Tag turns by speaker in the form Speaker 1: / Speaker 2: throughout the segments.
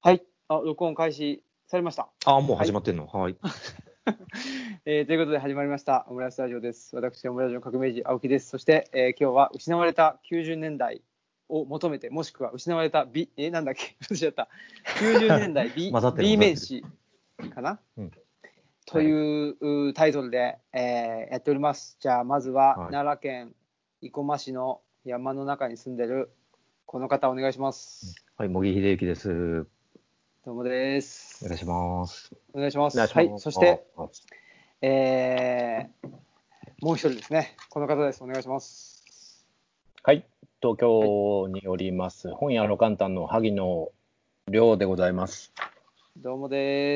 Speaker 1: はい。録音開始されました。
Speaker 2: もう始まってんの？はい。
Speaker 1: ということで始まりました、オムライスラジオです。私、オムライスの革命児、青木です。そして、今日は失われた90年代を求めて、もしくは失われたなんだっけ忘れちゃった。90年代 B 面誌かな、というタイトルで、やっております。じゃあ、まずは、奈良県生駒市の山の中に住んでるこの方、お願いします。
Speaker 2: はい、茂木秀幸です。
Speaker 1: どうもです。
Speaker 2: お願いします。
Speaker 1: お願いします。はい。そして、もう一人ですね。この方です。お願いします。
Speaker 3: はい。東京におります、本屋ロカンタンの萩野亮でございます。
Speaker 1: どうもです。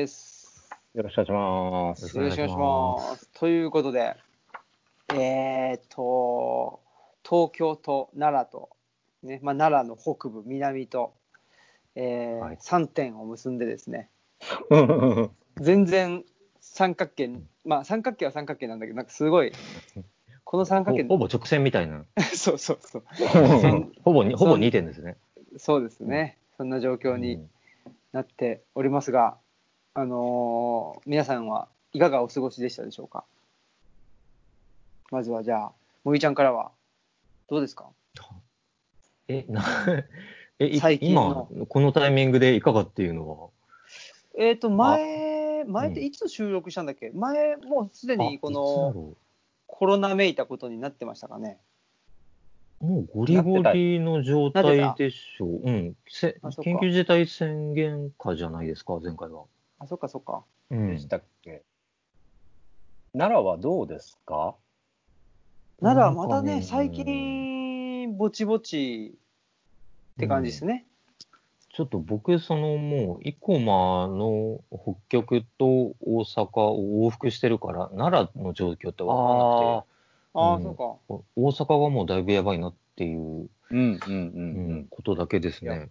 Speaker 3: よろしくお願いします。
Speaker 1: よろしくお願いします。ということで、東京と奈良と、ね、奈良の北部、南と、3点を結んでですね、全然三角形、三角形は三角形なんだけど、なんかすごい、この三角形
Speaker 2: ほぼ直線みたいな。
Speaker 1: そうそうそう。
Speaker 2: ほぼ2点ですね。
Speaker 1: そうですね。そんな状況になっておりますが、皆さんはいかがお過ごしでしたでしょうか。まずはじゃあ、もぎちゃんからはどうですか。最近の
Speaker 2: 今このタイミングでいかがっていうのは。
Speaker 1: 前っていつ収録したんだっけ。前もうすでにこのコロナめいたことになってましたかね。
Speaker 2: もうゴリゴリの状態でしょう。緊急事態宣言下じゃないですか、前回は。
Speaker 1: そっかそっか。
Speaker 3: でしたっけ。奈良はどうですか。
Speaker 1: 奈良はまたね、最近ぼちぼちって感じですね。
Speaker 2: ちょっと僕、もう、生駒の北極と大阪を往復してるから、奈良の状況って分かんなくて、
Speaker 1: そうか。
Speaker 2: 大阪がもうだいぶやばいなっていうことだけですね。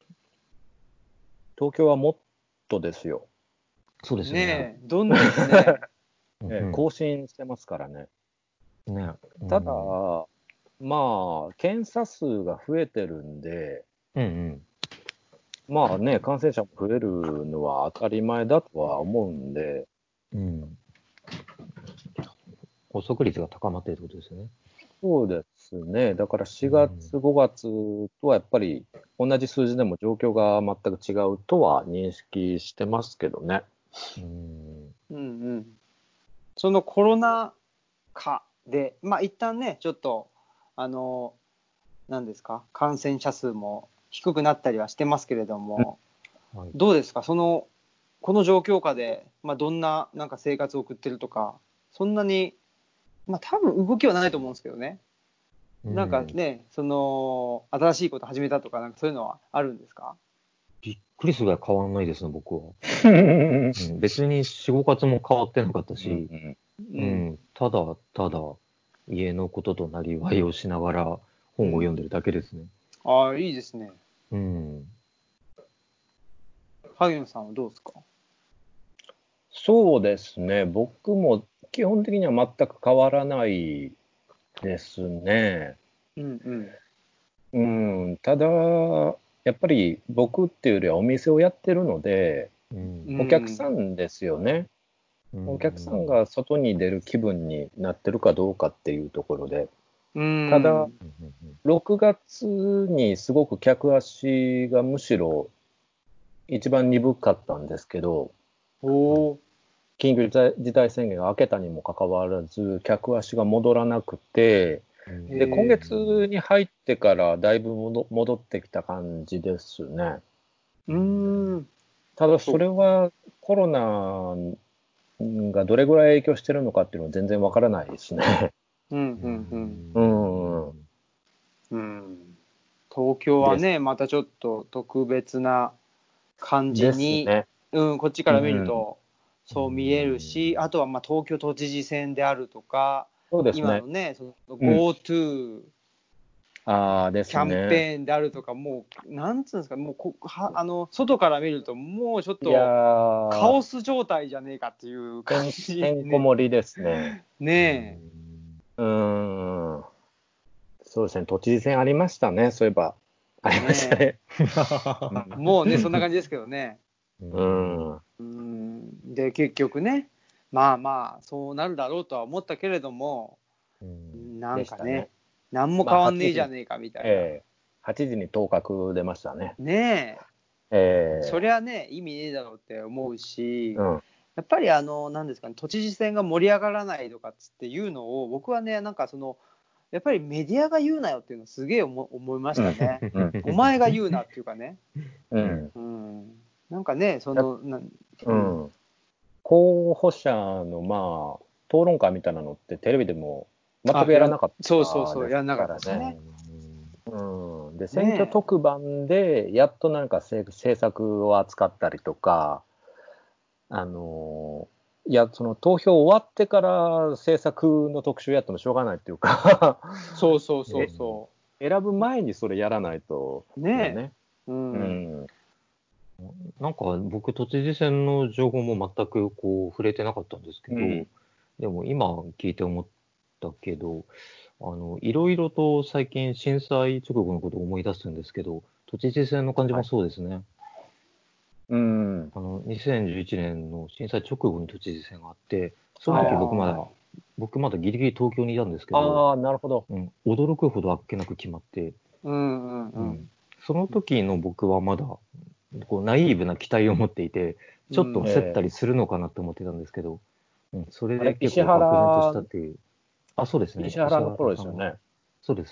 Speaker 3: 東京はもっとですよ。
Speaker 2: そうですね。
Speaker 1: どんどんですね。
Speaker 3: 更新してますからね。ただ、検査数が増えてるんで、感染者も増えるのは当たり前だとは思うんで、
Speaker 2: 拘束率が高まっているということですよね。
Speaker 3: そうですね。だから4月、5月とはやっぱり同じ数字でも状況が全く違うとは認識してますけどね。
Speaker 1: そのコロナ禍で、一旦ね、ちょっと、何ですか、感染者数も低くなったりはしてますけれども、どうですか、この状況下で、どんな、なんか生活を送ってるとか、そんなに、多分動きはないと思うんですけどね。なんかね、新しいこと始めたとか、なんかそういうのはあるんですか。
Speaker 2: びっくりするぐらい変わんないですね、僕は。別に4、5月も変わってなかったし、ただただ家のこととなりわいをしながら本を読んでるだけですね。
Speaker 1: いいですね。萩野さんはどうですか。
Speaker 3: そうですね。僕も基本的には全く変わらないですね。ただ、やっぱり僕っていうよりはお店をやってるので、お客さんですよね。お客さんが外に出る気分になってるかどうかっていうところで。ただ、6月にすごく客足がむしろ一番鈍かったんですけど、緊急事態宣言が明けたにもかかわらず、客足が戻らなくて、で、今月に入ってからだいぶ戻ってきた感じですね。ただ、それはコロナがどれぐらい影響してるのかっていうのは全然わからないですね。
Speaker 1: 東京はね、またちょっと特別な感じに、こっちから見るとそう見えるし、あとは東京都知事選であるとか、今のね、GoTo、キャンペーンであるとか、もうなんつうんですか、もう外から見るともうちょっとカオス状態じゃねえかっていう感じ、
Speaker 3: てんこ盛りですね。そうですね、都知事選ありましたね、そういえば。 ありましたね。
Speaker 1: もうね、そんな感じですけどね。で、結局ね、まあまあ、そうなるだろうとは思ったけれども、なんかね、何も変わんねえじゃねえかみたいな。
Speaker 3: 8時に当確出ましたね。
Speaker 1: ねそりゃね、意味ねえだろうって思うし、やっぱりなんですかね、都知事選が盛り上がらないとかっていうのを、僕はね、なんかやっぱりメディアが言うなよっていうのすげえ思いましたね。お前が言うなっていうかね。なんかね、
Speaker 3: 候補者のまあ討論会みたいなのってテレビでも全くやらなかったですからね。
Speaker 1: そう、やらなかったですね。
Speaker 3: で、選挙特番でやっとなんか政策を扱ったりとか、いや、その投票終わってから政策の特集やってもしょうがないっていうか
Speaker 1: そう。
Speaker 3: 選ぶ前にそれやらないと
Speaker 1: ね。
Speaker 2: なんか僕、都知事選の情報も全くこう触れてなかったんですけど、でも今聞いて思ったけど、いろいろと最近震災直後のことを思い出すんですけど、都知事選の感じもそうですね。2011年の震災直後に都知事選があって、その時僕まだギリギリ東京にいたんですけど、
Speaker 3: なるほど。
Speaker 2: 驚くほどあっけなく決まって、その時の僕はまだこうナイーブな期待を持っていて、ちょっと焦ったりするのかなと思ってたんですけど、それで結構愕然としたっていう。そうですね。
Speaker 3: 石原の頃ですよね。
Speaker 2: そうです。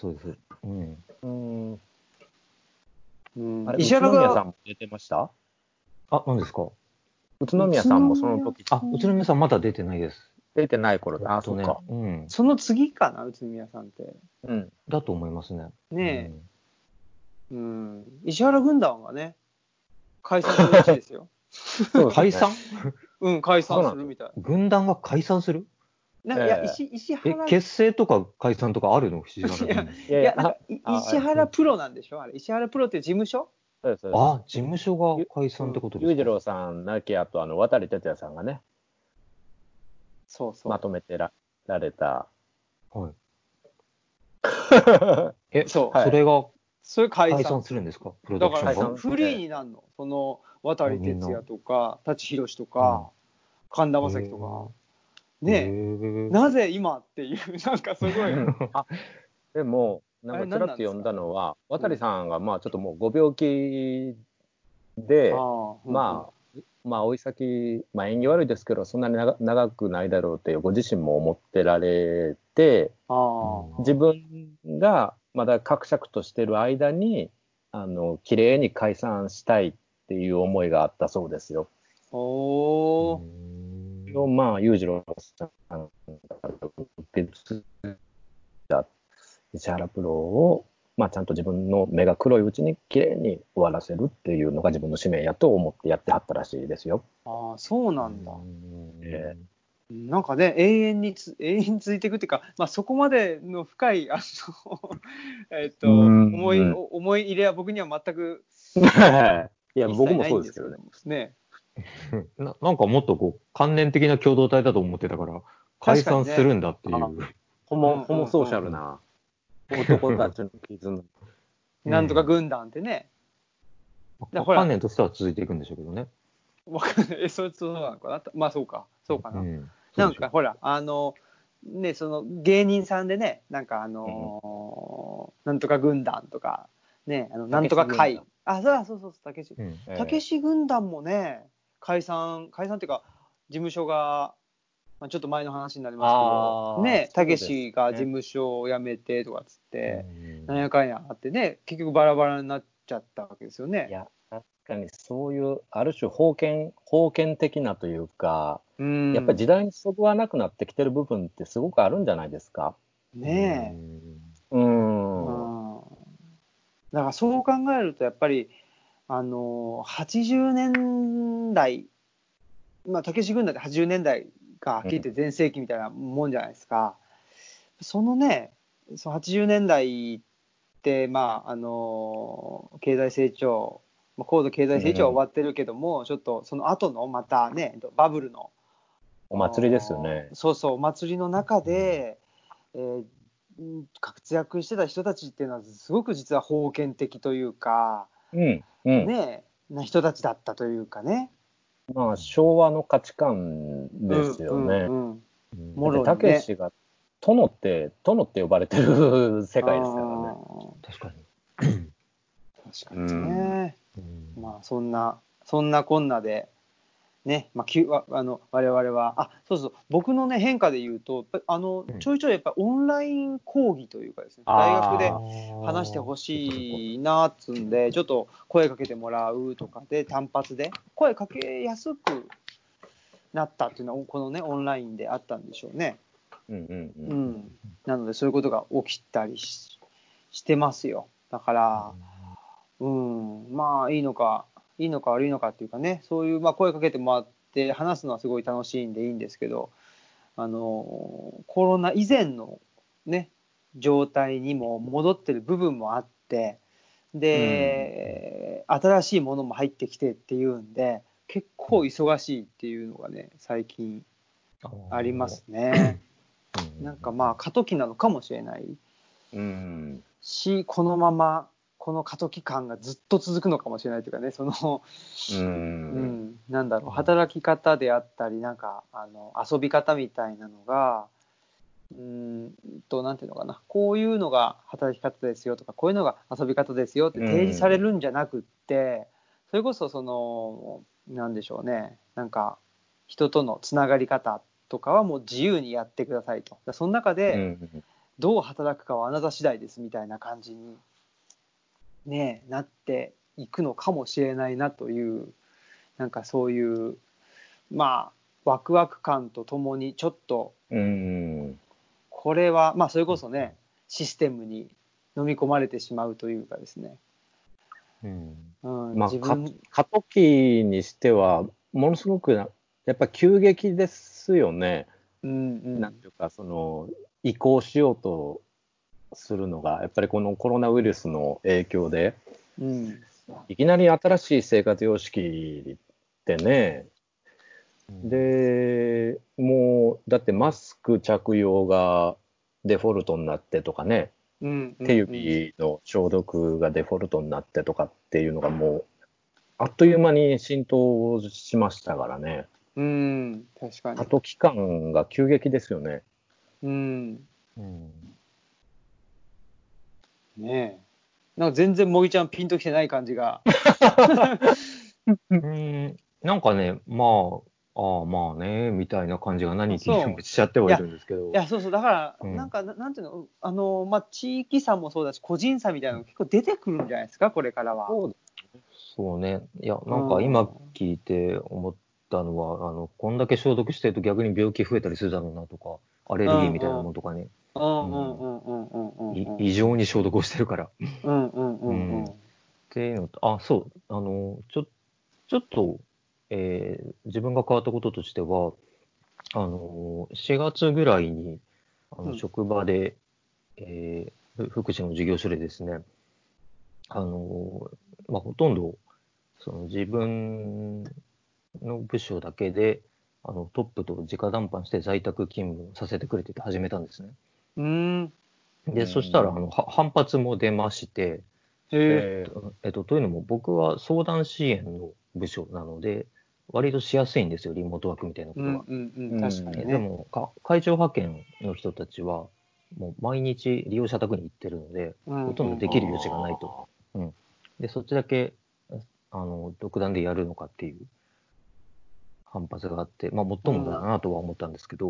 Speaker 3: 石原が宇都宮さんも出てました？
Speaker 2: 何ですか？
Speaker 3: 宇都宮さんもその時。
Speaker 2: 宇都宮さんまだ出てないです。
Speaker 3: 出てない頃だ。そうか。
Speaker 1: その次かな、宇都宮さんって。
Speaker 2: だと思いますね。
Speaker 1: ねえ。石原軍団はね、解散するらしいですよ。
Speaker 2: 解散？
Speaker 1: 解散するみたい。
Speaker 2: 軍団が解散する？
Speaker 1: いや、石原。
Speaker 2: 結成とか解散とかあるの？石原軍団。
Speaker 1: いや、なんか、石原プロなんでしょあれ。石原プロっていう事務所？
Speaker 2: 事務所が解散ってことですか？
Speaker 3: 裕次郎さんなきあと、渡哲也さんがね、まとめてられた。
Speaker 2: それ解散するんですか？プロダクションが。
Speaker 1: だからフリーになるの。渡哲也とか、舘ひろしとか、神田正輝とか。なぜ今っていう、なんかすごい。
Speaker 3: でも、なんかちらっと読んだのは、渡さんがまあちょっともうご病気で、まあ追い先、縁起悪いですけど、そんなに長くないだろうってご自身も思ってられて、自分がまだかくとしてる間に、綺麗に解散したいっていう思いがあったそうですよ。まあ、裕次郎さんが受け継いだ石原プロを、まあ、ちゃんと自分の目が黒いうちに綺麗に終わらせるっていうのが自分の使命やと思ってやってはったらしいですよ。
Speaker 1: そうなんだ。なんかね、永遠に続いていくっていうか、そこまでの深い思い入れは僕には全く
Speaker 3: いや僕もそうですけどね。
Speaker 2: なんかもっとこう関連的な共同体だと思ってたから解散するんだっていう。
Speaker 3: ホモソーシャルな男たちの絆。
Speaker 1: なんとか軍団ってね。
Speaker 2: 観念としては続いていくんでしょうけどね。
Speaker 1: わかんない。そうなのかな。まあそうかな。なんかほらね、その芸人さんでね、なんかなんとか軍団とかね、なんとか会、そうたけし軍団もね、解散っていうか事務所が、ちょっと前の話になりますけどね、たけしが事務所を辞めてとかっつってなんやかんやあってね、結局バラバラになっちゃったわけですよね。
Speaker 3: いや確かにそういうある種封建的なというか、やっぱり時代にそぐわなくなってきてる部分ってすごくあるんじゃないですか。
Speaker 1: ねえ。だからそう考えるとやっぱり80年代、たけし軍団って80年代がはっきり言って全盛期みたいなもんじゃないですか。その80年代って経済成長、高度経済成長は終わってるけども、ちょっとその後のまたねバブルの
Speaker 3: お祭りですよね。
Speaker 1: お祭りの中で、 活躍してた人たちっていうのはすごく実は封建的というか、ねな人たちだったというかね。
Speaker 3: まあ昭和の価値観ですよね。
Speaker 1: もろにね。
Speaker 3: たけしが殿って呼ばれてる世界ですからね。
Speaker 2: 確かに。
Speaker 1: 確かにね。まあそんなこんなで。ね、まあ、我々は、そうそう、僕のね、変化で言うと、ちょいちょいやっぱオンライン講義というかですね、大学で話してほしいなっつうんで、ちょっと声かけてもらうとかで、単発で声かけやすくなったっていうのは、このね、オンラインであったんでしょうね。なので、そういうことが起きたりしてますよ。だから、まあ、いいのか悪いのかっていうかね、そういう、まあ、声かけてもらって話すのはすごい楽しいんでいいんですけど、コロナ以前のね、状態にも戻ってる部分もあって、で、新しいものも入ってきてっていうんで、結構忙しいっていうのがね、最近ありますね。なんかまあ、過渡期なのかもしれないし、このまま、この過渡期間がずっと続くのかもしれないというかね、なんだろう、働き方であったり、なんか、遊び方みたいなのが、なんていうのかな、こういうのが働き方ですよとか、こういうのが遊び方ですよって提示されるんじゃなくって、それこそなんでしょうね、なんか、人とのつながり方とかはもう自由にやってくださいと。その中で、どう働くかはあなた次第ですみたいな感じにねなっていくのかもしれないなという、なんかそういうまあワクワク感とともにちょっとこれはまあそれこそねシステムに飲み込まれてしまうというかですね、
Speaker 3: まあ過渡期にしてはものすごくやっぱ急激ですよね。なんていうか移行しようとするのがやっぱりこのコロナウイルスの影響で、いきなり新しい生活様式ってね、でもうだってマスク着用がデフォルトになってとかね、手指の消毒がデフォルトになってとかっていうのがもうあっという間に浸透しましたからね。
Speaker 1: 確かに。
Speaker 3: 過渡期間が急激ですよね。
Speaker 1: ねえ。なんか全然もぎちゃんピンときてない感じが。
Speaker 2: なんかね、まあね、みたいな感じが何聞いてもしちゃってはいるんですけど。
Speaker 1: いや、そうそう、だから、なんか、なんていうの、まあ、地域差もそうだし、個人差みたいなのが結構出てくるんじゃないですか、これからは。
Speaker 2: そうね。いや、なんか今聞いて思ったのは、こんだけ消毒してると逆に病気増えたりするだろうなとか、アレルギーみたいなものとかね。異常に消毒をしてるから。っていうのと、そう、ちょっと、自分が変わったこととしては、4月ぐらいに、職場で、福祉の事業所でですね、ほとんど、自分の部署だけで、トップと直談判して在宅勤務させてくれてて始めたんですね。で、そしたら、反発も出まして、というのも僕は相談支援の部署なので、割としやすいんですよ、リモートワークみたいなことが。
Speaker 1: 確かにね。
Speaker 2: でも、会長派遣の人たちは、もう毎日利用者宅に行ってるので、ほとんどできる余地がないと。で、そっちだけ、独断でやるのかっていう反発があって、まあ、もっともだなとは思ったんですけど、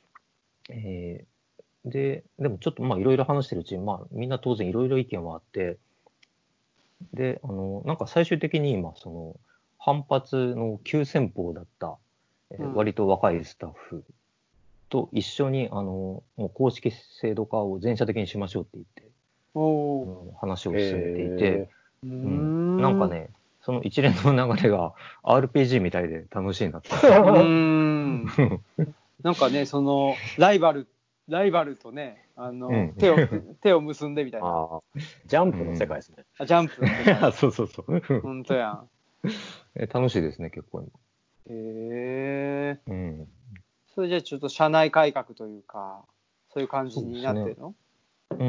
Speaker 2: でもちょっとまあいろいろ話してるうちに、まあみんな当然いろいろ意見はあって、で、なんか最終的に今、反発の急先鋒だった、割と若いスタッフと一緒に、もう公式制度化を全社的にしましょうって言って、話を進めていて、なんかね、その一連の流れが RPG みたいで楽しいなって。
Speaker 1: なんかね、ライバルとね、手を結んでみたいな。
Speaker 3: ジャンプの世界ですね。
Speaker 1: ジャンプの世界。
Speaker 2: そうそうそう。
Speaker 1: 本当やん。
Speaker 2: 楽しいですね、結構。
Speaker 1: それじゃあちょっと社内改革というか、そういう感じになってるの？
Speaker 2: うん。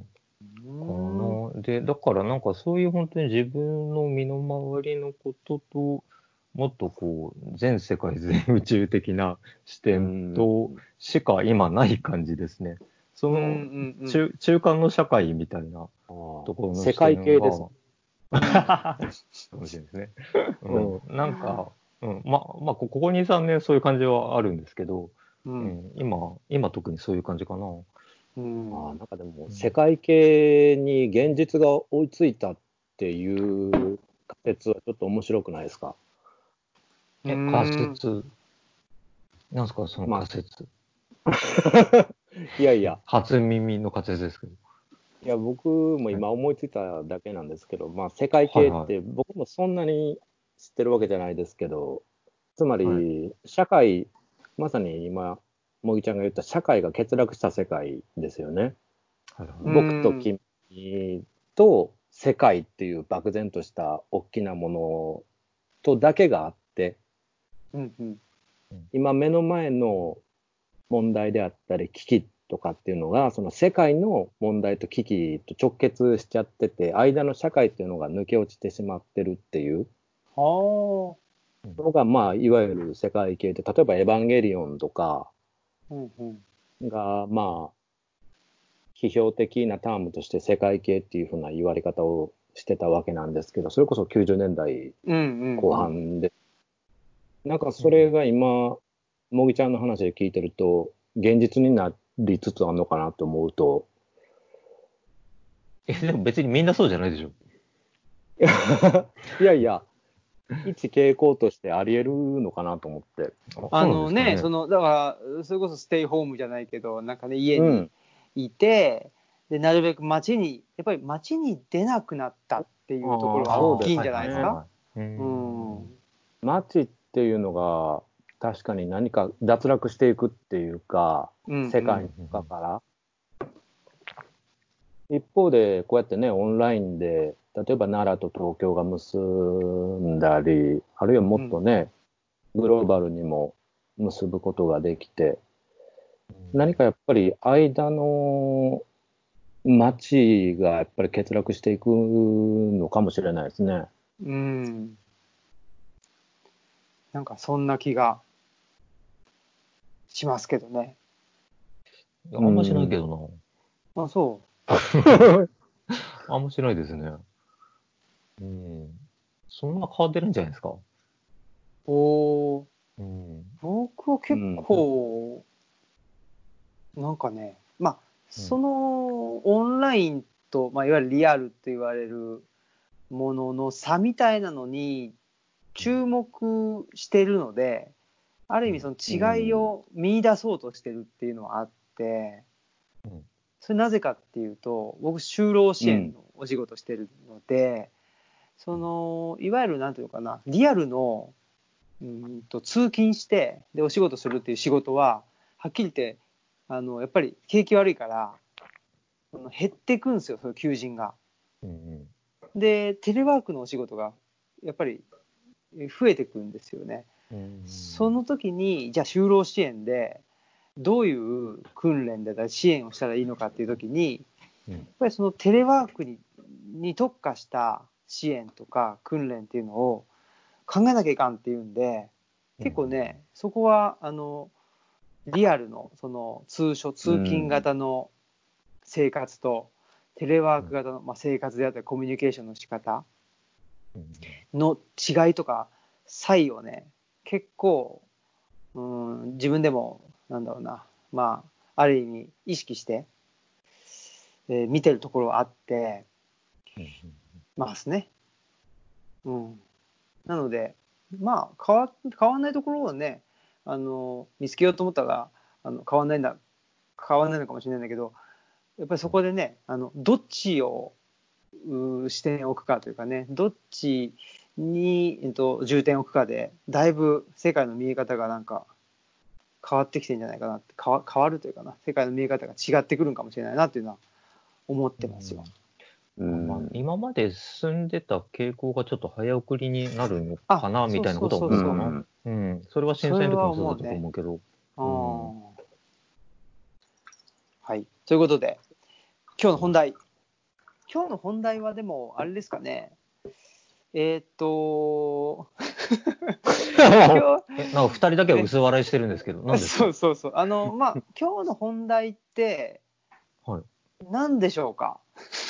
Speaker 2: で、だからなんかそういう本当に自分の身の回りのことと、もっとこう、全世界全宇宙的な視点としか今ない感じですね。その中間の社会みたいなところの
Speaker 3: 世界系です。
Speaker 2: かもしれないですね。なんか、まあ、ここ2、3年そういう感じはあるんですけど、今特にそういう感じかな。
Speaker 3: なんかでも、世界系に現実が追いついたっていう仮説はちょっと面白くないですか？
Speaker 2: 仮説。なんですか、その仮説。
Speaker 3: いやいや。
Speaker 2: 初耳の仮説ですけど。
Speaker 3: いや、僕も今思いついただけなんですけど、まあ、世界系って僕もそんなに知ってるわけじゃないですけど、つまり、社会、まさに今、もぎちゃんが言った社会が欠落した世界ですよね。僕と君と世界っていう漠然とした大きなものとだけがあって、今目の前の問題であったり危機とかっていうのがその世界の問題と危機と直結しちゃってて、間の社会っていうのが抜け落ちてしまってるっていうのが、まあいわゆる世界系で、例えばエヴァンゲリオンとかがまあ批評的なタームとして世界系っていうふうな言われ方をしてたわけなんですけど、それこそ90年代後半で、なんかそれが今、もぎちゃんの話で聞いてると、現実になりつつあるのかなと思うと。
Speaker 2: でも別にみんなそうじゃないでしょ。
Speaker 3: いやいや、一傾向としてあり得るのかなと思って。
Speaker 1: だからそれこそステイホームじゃないけど、なんかね、家にいて、でなるべくやっぱり街に出なくなったっていうところが大きいんじゃないですか。
Speaker 3: 街っていうのが確かに何か脱落していくっていうか、世界の中から。一方で、こうやってね、オンラインで、例えば奈良と東京が結んだり、あるいはもっとね、グローバルにも結ぶことができて、何かやっぱり間の街がやっぱり欠落していくのかもしれないですね。
Speaker 1: なんかそんな気がしますけどね。
Speaker 2: あんましないけど
Speaker 1: な。あ、そう。
Speaker 2: あんましないですね。そんな変わってるんじゃないですか。
Speaker 1: 僕は結構、なんかね、まあ、そのオンラインと、まあ、いわゆるリアルと言われるものの差みたいなのに注目してるので、ある意味その違いを見出そうとしてるっていうのはあって、それなぜかっていうと、僕就労支援のお仕事してるので、そのいわゆるなんていうのかな、リアルの通勤してでお仕事するっていう仕事ははっきり言ってやっぱり景気悪いから減っていくんですよ、その求人が。でテレワークのお仕事がやっぱり増えてくんですよね。その時にじゃあ就労支援でどういう訓練だったり支援をしたらいいのかっていう時に、やっぱりそのテレワークに特化した支援とか訓練っていうのを考えなきゃいかんっていうんで、結構ね、そこはリアルのその通勤型の生活とテレワーク型の、生活であったりコミュニケーションの仕方の違いとか差異をね、結構自分でもなんだろうな、ある意味意識して、見てるところはあってますね。なので変わんないところをね、見つけようと思ったら変わんないのかもしれないんだけど、やっぱりそこでね、どっちを視点を置くかというかね、どっちに、重点を置くかでだいぶ世界の見え方がなんか変わってきてるんじゃないかなって、変わるというかな、世界の見え方が違ってくるんかもしれないなっていうのは思ってますよ。
Speaker 2: 今まで進んでた傾向がちょっと早送りになるのかなみたいなことは思うかな。それは震災の時もそうだったと思うけど。
Speaker 1: はい。ということで、 今日の本題。今日の本題はでも、あれですかね。今日
Speaker 2: なんか二人だけは薄笑いしてるんですけど、何ですか？
Speaker 1: そう。今日の本題って、
Speaker 2: はい。
Speaker 1: 何でしょうか？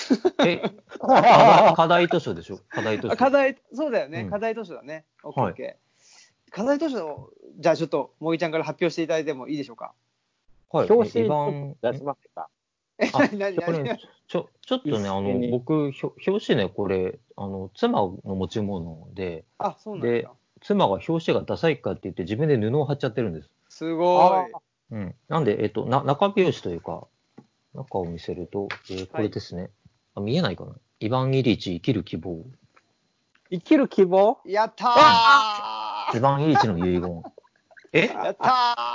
Speaker 2: 課題図書でしょ？課題図書。
Speaker 1: そうだよね。課題図書だね。オッケーオッケー。課題図書を、じゃあちょっと、もぎちゃんから発表していただいてもいいでしょうか？
Speaker 2: はい。
Speaker 3: 表紙出しますか？
Speaker 1: 何
Speaker 2: これ、ちょっとね、僕、表紙ね、これ、妻の持ち物で、
Speaker 1: そうなんだ。
Speaker 2: 妻が表紙がダサいかって言って自分で布を貼っちゃってるんです。
Speaker 1: すごい。
Speaker 2: なんで、中表紙というか、中を見せると、これですね。見えないかな？イヴァン・イリーチ生きる希望。
Speaker 3: 生きる希望？
Speaker 1: やったー！
Speaker 2: イヴァン・イリーチの遺言。
Speaker 1: やった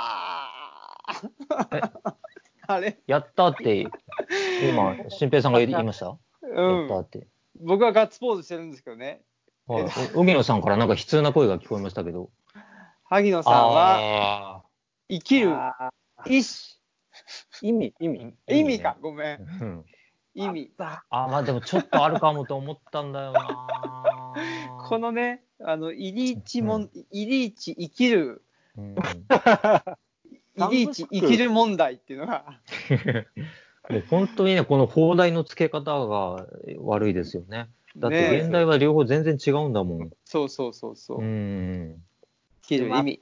Speaker 1: ー！あれ
Speaker 2: やったって、今、新平さんが言いました？やったって。
Speaker 1: 僕はガッツポーズしてるんですけどね。
Speaker 2: はい。荻野さんからなんか悲痛な声が聞こえましたけど。
Speaker 1: 萩野さんは、生きる意志。
Speaker 3: 意
Speaker 1: 味か、ごめん。意味。
Speaker 2: まあでもちょっとあるかもと思ったんだよな。
Speaker 1: このね、イリーチ生きる、イリーチ生きる問題っていうのが。
Speaker 2: もう本当にね、この放題の付け方が悪いですよね。だって現代は両方全然違うんだもん。
Speaker 1: そう。生きる意味。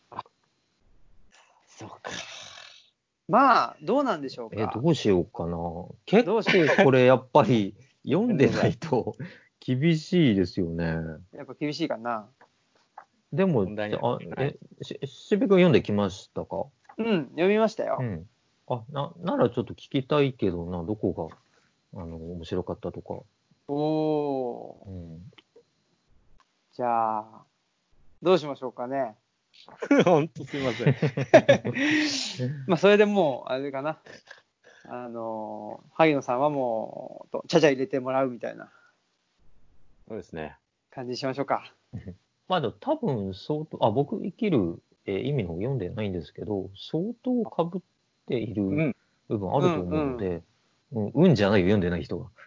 Speaker 3: そうか。
Speaker 1: まあ、どうなんでしょうか。
Speaker 2: どうしようかな。結構これやっぱり読んでないと厳しいですよね。
Speaker 1: やっぱ厳しいかな。
Speaker 2: でも、しべくん読んできましたか？
Speaker 1: 読みましたよ。
Speaker 2: ならちょっと聞きたいけどな、どこが、面白かったとか。
Speaker 1: じゃあ、どうしましょうかね。
Speaker 3: 本当すいません。
Speaker 1: まあ、それでもう、あれかな。萩野さんはもう、ちゃちゃ入れてもらうみたいな。
Speaker 3: そうですね。
Speaker 1: 感じにしましょうか。
Speaker 2: まあでも多分僕生きる、意味の読んでないんですけど、相当被っている部分あると思うので、じゃないよ、読んでない人が。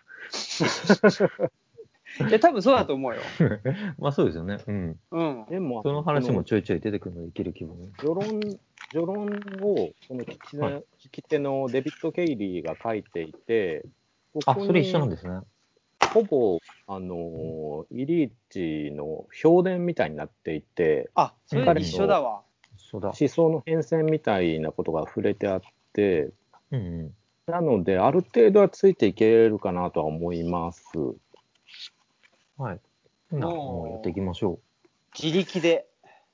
Speaker 1: 多分そうだと思うよ。
Speaker 2: まあそうですよね。
Speaker 3: でも、
Speaker 2: その話もちょいちょい出てくるので、生きる気分。
Speaker 3: 序論を、この聞き手のデビッド・ケイリーが書いていて、
Speaker 2: それ一緒なんですね。
Speaker 3: ほぼ、イリーチの評伝みたいになっていて、
Speaker 1: それ一緒だわ。
Speaker 3: 思想の変遷みたいなことが触れてあって、なので、ある程度はついていけるかなとは思います。
Speaker 2: はい。もうやっていきましょう。
Speaker 1: 自力で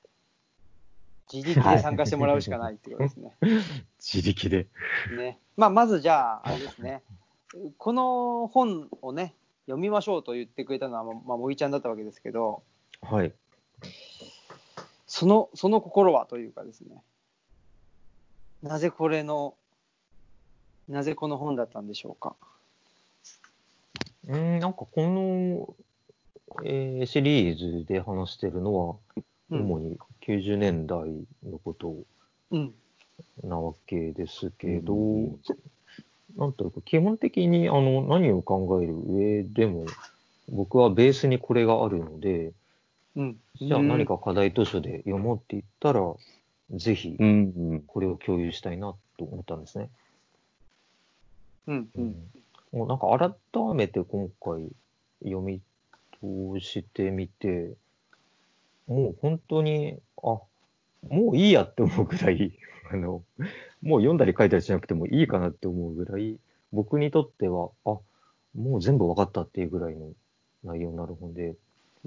Speaker 1: 参加してもらうしかないってことですね。
Speaker 2: 自力で。
Speaker 1: ね。まずじゃあ、あれですね。この本をね、読みましょうと言ってくれたのは、もぎちゃんだったわけですけど、
Speaker 2: はい。
Speaker 1: その心はというかですね、なぜこの本だったんでしょうか。
Speaker 2: なんかこの、シリーズで話してるのは、主に90年代のことなわけですけど、なんというか基本的に何を考える上でも、僕はベースにこれがあるので、じゃあ何か課題図書で読もうって言ったら、ぜひこれを共有したいなと思ったんですね。もうなんか改めて今回読み通してみて、もう本当に、もういいやって思うぐらい、もう読んだり書いたりしなくてもいいかなって思うぐらい、僕にとっては、もう全部分かったっていうぐらいの内容になる本で、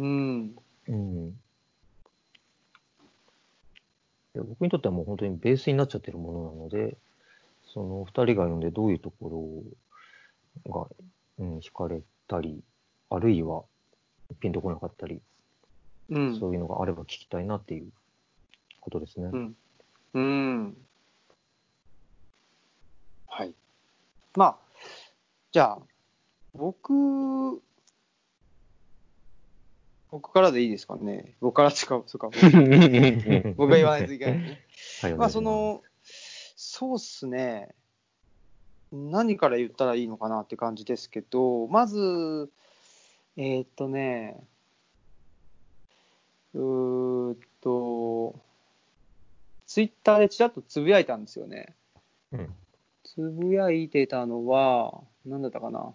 Speaker 2: で僕にとってはもう本当にベースになっちゃってるものなので、その2人が読んでどういうところが、惹かれたり、あるいはピンとこなかったり、そういうのがあれば聞きたいなっていうことですね。
Speaker 1: はい。まあ、じゃあ、僕からでいいですかね。僕から使う、そうか。僕が言わないといけないね。
Speaker 2: はい、
Speaker 1: そうっすね。 何から言ったらいいのかなって感じですけど、まず、ツイッターでちらっとつぶやいたんですよね。
Speaker 2: うん。
Speaker 1: つぶやいてたのは、何だったかな。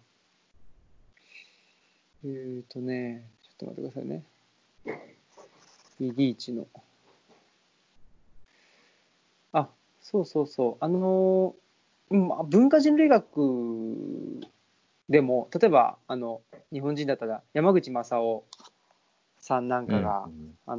Speaker 1: ちょっと待ってくださいね。リーチの。あ、そうそうそう。文化人類学でも、例えば、日本人だったら山口正夫さんなんかが、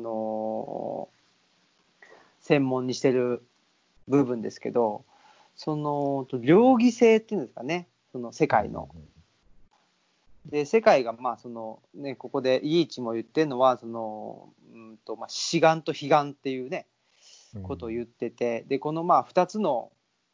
Speaker 1: 専門にしてる部分ですけど、その両義性っていうんですかね、その世界の。で、世界がここでイーチも言ってるのは志願と悲願っていうねことを言ってて、でこの2つの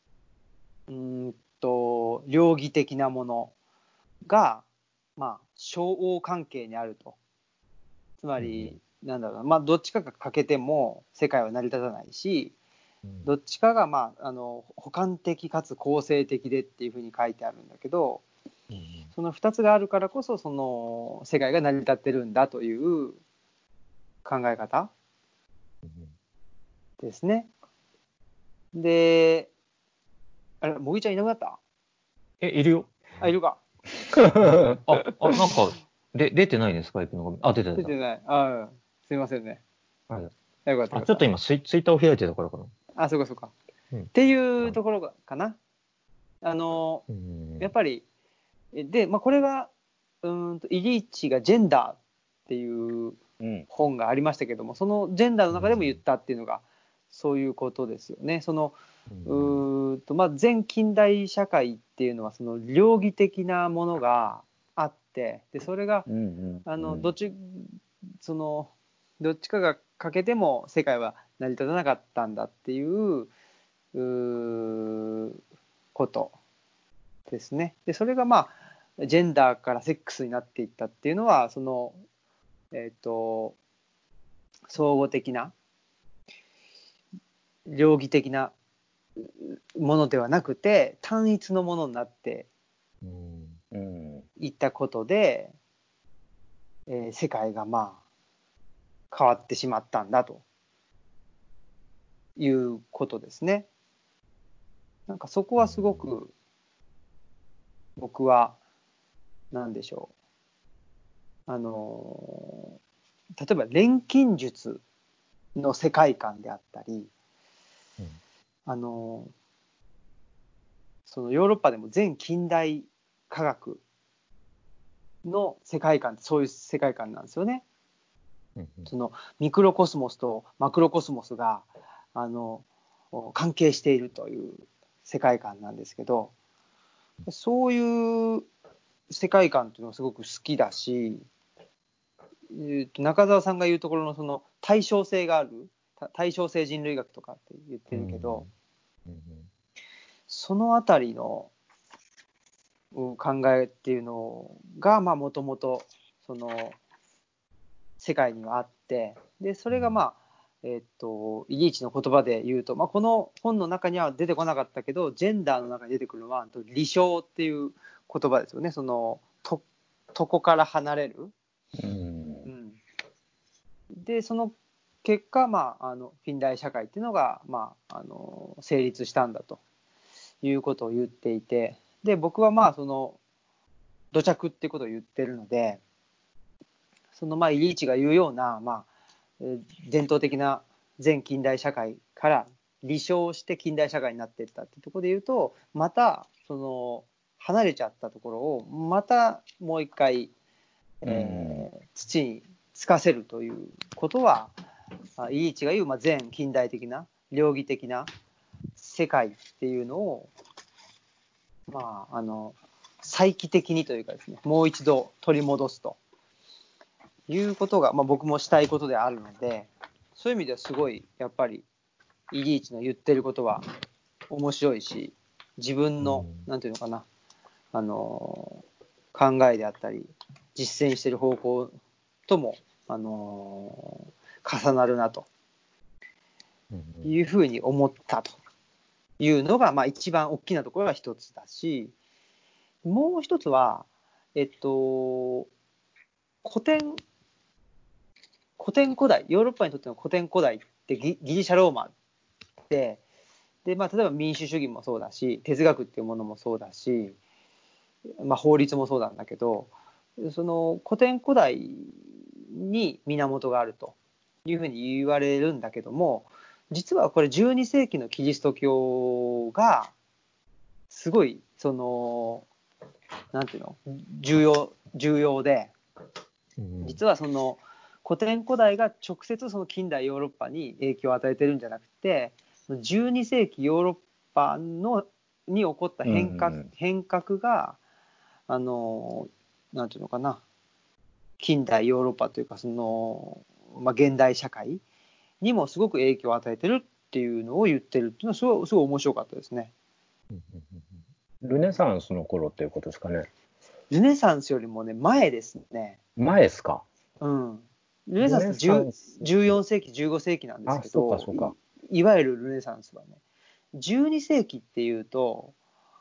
Speaker 1: 両義的なものが相応関係にあると。つまり、なんだろうな、どっちかが欠けても世界は成り立たないし、どっちかが補完的かつ構成的でっていうふうに書いてあるんだけど、その2つがあるからこそその世界が成り立ってるんだという考え方ですね。で、あれ、もぎちゃんいなくなった？
Speaker 2: いるよ。
Speaker 1: いるか。
Speaker 2: なんか、出てないね、スカイプの。出てた。
Speaker 1: 出てない。すいませんね。よかった。
Speaker 2: ちょっと今ツイッターを開いてたからかな。
Speaker 1: そうか。っていうところかな。やっぱり、で、これが、イリーチがジェンダーっていう本がありましたけども、そのジェンダーの中でも言ったっていうのが、そういうことですよね。前近代社会っていうのは、その両義的なものがあって、で、それが、どっちかが欠けても世界は成り立たなかったんだっていうことですね。で、それがジェンダーからセックスになっていったっていうのは、相互的な、両義的なものではなくて、単一のものになっていったことで、世界が変わってしまったんだということですね。なんかそこはすごく僕は何でしょう、例えば錬金術の世界観であったり、そのヨーロッパでも前近代科学の世界観ってそういう世界観なんですよね。そのミクロコスモスとマクロコスモスが関係しているという世界観なんですけど、そういう世界観っていうのがすごく好きだし、中澤さんが言うところのその対称性がある、対称性人類学とかって言ってるけど、そのあたりの考えっていうのがもともとその世界にはあって、でそれがイリーチの言葉で言うと、この本の中には出てこなかったけど、ジェンダーの中に出てくるのは離床っていう言葉ですよね。その床から離れる。でその結果、近代社会っていうのが、成立したんだということを言っていて、で僕はその土着っていうことを言ってるので、そのイリーチが言うような、伝統的な前近代社会から離床して近代社会になっていったっていうところで言うと、またその離れちゃったところをまたもう一回、土につかせるということは、イリーチが言う前近代的な両義的な世界っていうのを再帰的にというかですね、もう一度取り戻すということが、僕もしたいことであるので、そういう意味ではすごいやっぱりイリーチの言ってることは面白いし、自分のなんていうのかな、考えであったり実践している方向とも、重なるなというふうに思ったというのが、まあ、一番大きなところが一つだし、もう一つは、古典古代、ヨーロッパにとっての古典古代ってギリシャローマで、まあ、例えば民主主義もそうだし、哲学っていうものもそうだし、まあ、法律もそうなんだけど、その古典古代に源があるというふうに言われるんだけども、実はこれ12世紀のキリスト教がすごいそのなんていうの重要で、実はその古典古代が直接その近代ヨーロッパに影響を与えてるんじゃなくて、12世紀ヨーロッパに起こった変革がなんていうのかな、近代ヨーロッパというかその、まあ、現代社会にもすごく影響を与えてるっていうのを言ってるっていうのはすごい面白かったですね。
Speaker 3: ルネサンスの頃っていうことですかね。
Speaker 1: ルネサンスよりもね前ですね。
Speaker 3: 前ですか。
Speaker 1: うん。ルネサンスって14世紀15世紀なんですけど、
Speaker 3: そうか。
Speaker 1: いわゆるルネサンスはね、12世紀っていうと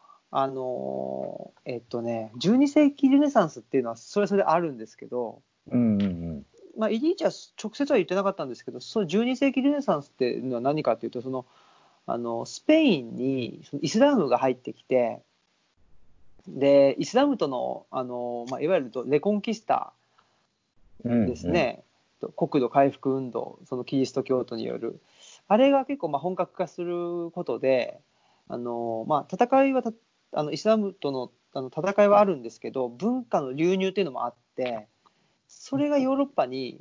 Speaker 1: 12世紀ルネサンスっていうのはそれぞれあるんですけど、まあ、イリーチは直接は言ってなかったんですけど、その12世紀ルネサンスっていうのは何かというと、スペインにイスラムが入ってきて、でイスラムとの、まあ、いわゆるレコンキスタですね、国土回復運動、そのキリスト教徒によるあれが結構まあ本格化することで、まあ、戦いはイスラムとの戦いはあるんですけど、文化の流入っていうのもあって、それがヨーロッパに、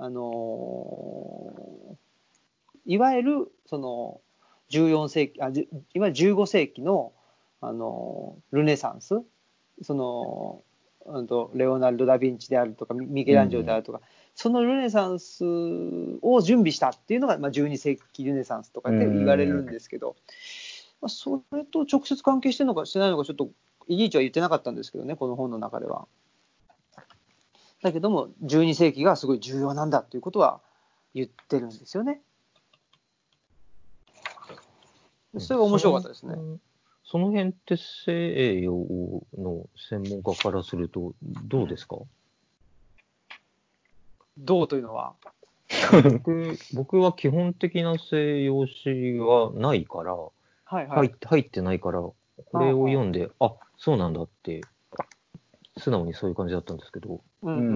Speaker 1: いわゆるその14世紀いわゆる15世紀の、ルネサンス、そのレオナルド・ダ・ヴィンチであるとかミケランジェロであるとか、そのルネサンスを準備したっていうのが、まあ、12世紀ルネサンスとかって言われるんですけど、まあ、それと直接関係してるのかしてないのかちょっとイギーチは言ってなかったんですけどね、この本の中では。だけども12世紀がすごい重要なんだということは言ってるんですよね。それが面白かったですね。
Speaker 2: その辺って西洋の専門家からするとどうですか？
Speaker 1: どうというのは
Speaker 2: 僕は基本的な西洋史はないから、入ってないから、これを読んで、そうなんだって、素直にそういう感じだったんですけど、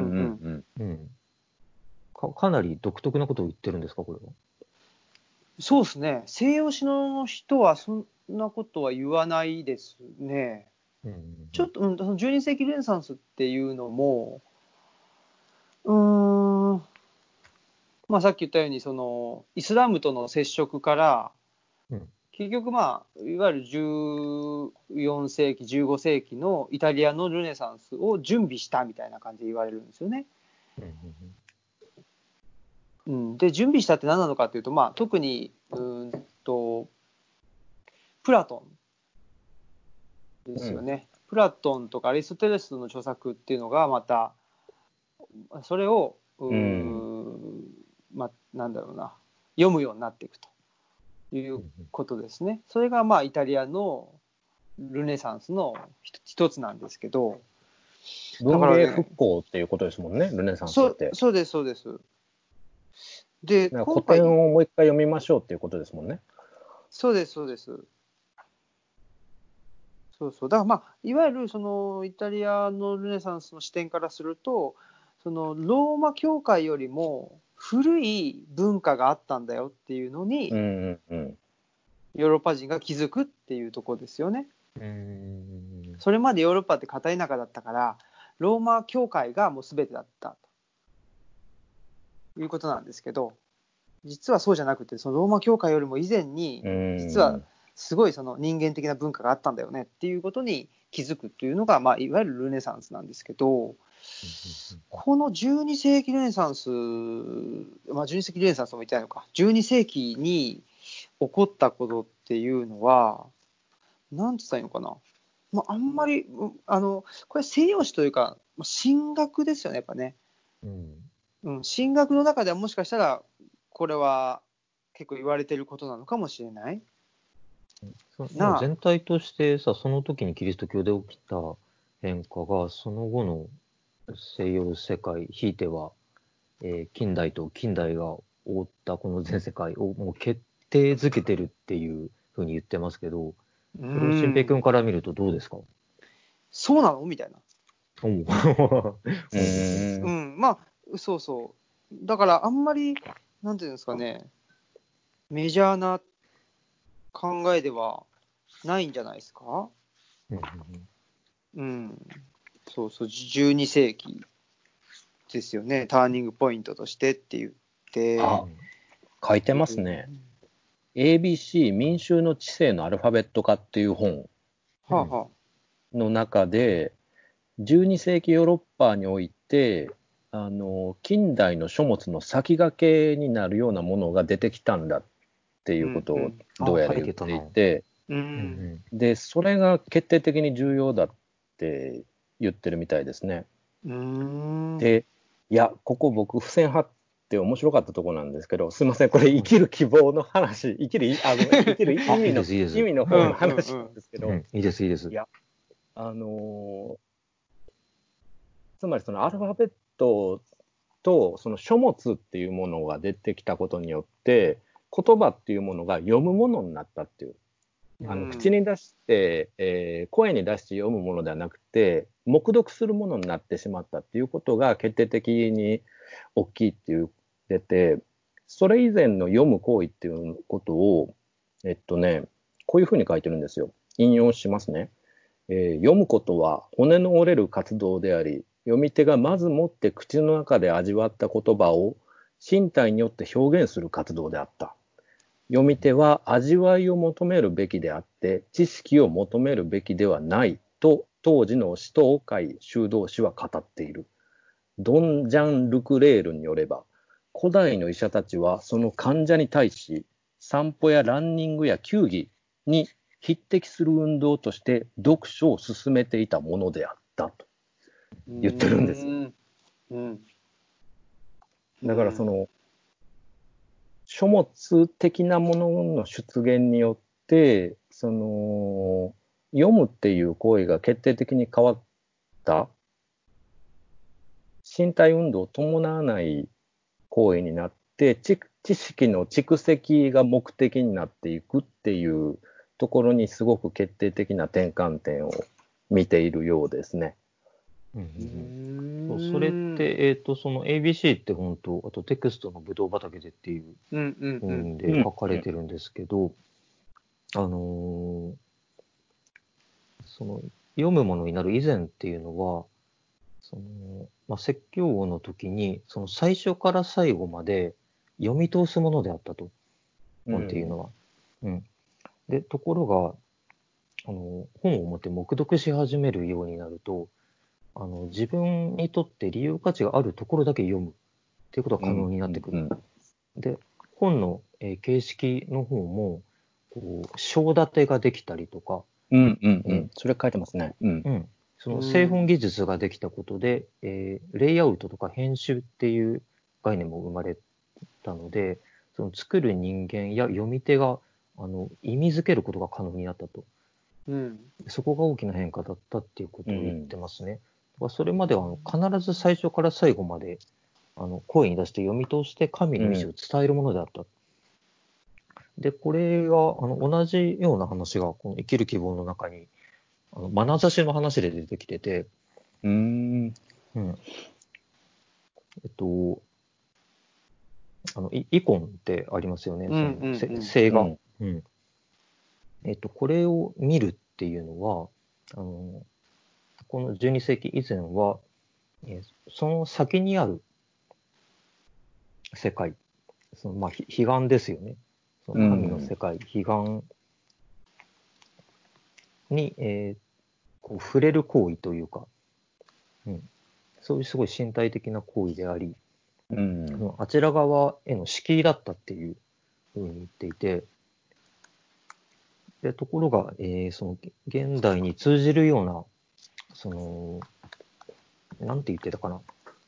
Speaker 2: かなり独特なことを言ってるんですか、これは。
Speaker 1: そうですね。西洋史の人はそんなことは言わないですね。ちょっと、その12世紀ルネサンスっていうのも、まあ、さっき言ったようにそのイスラムとの接触から、結局まあいわゆる14世紀15世紀のイタリアのルネサンスを準備したみたいな感じで言われるんですよね。で準備したって何なのかというと、まあ、特にプラトンですよね。プラトンとかアリストテレスの著作っていうのがまたそれをまあ、なんだろうな、読むようになっていくということですね。それがまあイタリアのルネサンスの一つなんですけど、
Speaker 3: 文芸復興っていうことですもんね、ルネサンスって。
Speaker 1: そうですそうです。で
Speaker 3: 古典をもう一回読みましょうっていうことですもんね。
Speaker 1: そうですそうです。だからまあいわゆるそのイタリアのルネサンスの視点からすると、そのローマ教会よりも古い文化があったんだよっていうのに、ヨーロッパ人が気づくっていうところですよね。それまでヨーロッパって片田舎だったから、ローマ教会がもう全てだったということなんですけど、実はそうじゃなくて、そのローマ教会よりも以前に実はすごいその人間的な文化があったんだよねっていうことに気づくというのが、まあ、いわゆるルネサンスなんですけど、この12世紀ルネサンス、まあ、12世紀ルネサンスも言ってないのか、12世紀に起こったことっていうのは何て言ったらいいのかな、まあ、あんまりこれ西洋史というか神学ですよね、やっぱね。神学の中ではもしかしたらこれは結構言われていることなのかもしれない。 なあ
Speaker 2: 全体としてさ、その時にキリスト教で起きた変化が、その後の西洋世界、ひいては、近代と近代が覆ったこの全世界をもう決定づけてるっていうふうに言ってますけど、それを新平君から見るとどうですか？
Speaker 1: そうなのみたいな。
Speaker 2: おう
Speaker 1: まあ、そうそう。だからあんまり、なんていうんですかね、メジャーな考えではないんじゃないですか。そうそう、12世紀ですよね、ターニングポイントとしてって言って。
Speaker 3: あ、書いてますね。ABC 民衆の知性のアルファベット化っていう本の中で、12世紀ヨーロッパにおいて、近代の書物の先駆けになるようなものが出てきたんだっていうことをどうやら言っていて、で、それが決定的に重要だって言ってるみたいですね。で、いや、ここ僕、付箋貼って面白かったところなんですけど、すみません、これ生きる希望の話、生きる意味の方の話なんですけど、
Speaker 2: いいです、いいです。
Speaker 3: いや、つまりそのアルファベットとその書物っていうものが出てきたことによって言葉っていうものが読むものになったっていう、口に出して、声に出して読むものではなくて黙読するものになってしまったっていうことが決定的に大きいって言ってて、それ以前の読む行為っていうことをこういうふうに書いてるんですよ。引用しますね。読むことは骨の折れる活動であり、読み手がまずもって口の中で味わった言葉を身体によって表現する活動であった。読み手は味わいを求めるべきであって、知識を求めるべきではないと、当時の使徒会修道士は語っている。ドン・ジャン・ルクレールによれば、古代の医者たちはその患者に対し、散歩やランニングや球技に匹敵する運動として読書を進めていたものであったと言ってるんですよ。だからその書物的なものの出現によってその読むっていう行為が決定的に変わった、身体運動を伴わない行為になって知識の蓄積が目的になっていくっていうところにすごく決定的な転換点を見ているようですね。
Speaker 2: それって、その ABC って本当、あとテクストのぶどう畑でっていう本で書かれてるんですけど、その読むものになる以前っていうのは、説教の時に、その最初から最後まで読み通すものであったと、本っていうのは。で、ところが、本を持って黙読し始めるようになると、自分にとって利用価値があるところだけ読むっていうことが可能になってくる。で、本の、形式の方も、章立てができたりとか、
Speaker 3: それ書いてますね。
Speaker 2: その製本技術ができたことで、レイアウトとか編集っていう概念も生まれたので、その作る人間や読み手が意味づけることが可能になったと。そこが大きな変化だったっていうことを言ってますね。それまでは必ず最初から最後まで声に出して読み通して神の意思を伝えるものであった。で、これが同じような話がこの生きる希望の中に眼差しの話で出てきてて、イコンってありますよね、星画。これを見るっていうのは、この12世紀以前は、その先にある世界、彼岸ですよね。その神の世界、彼岸に、こう触れる行為というか、そういうすごい身体的な行為であり、あちら側への敷居だったっていうふうに言っていて、でところが、その現代に通じるような、なんて言ってたかな。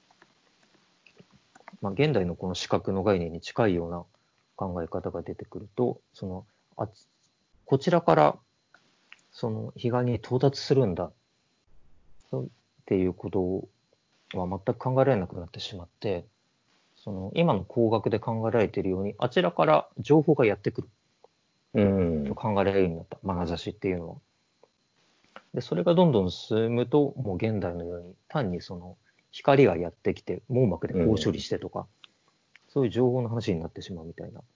Speaker 2: 現代のこの視覚の概念に近いような考え方が出てくると、 こちらからその彼岸に到達するんだっていうことは全く考えられなくなってしまって、その今の工学で考えられているように、あちらから情報がやってくると考えられるようになった、眼差しっていうのは。で、それがどんどん進むと、もう現代のように、単にその光がやってきて、網膜でこう処理してとか、そういう情報の話になってしまうみたいな。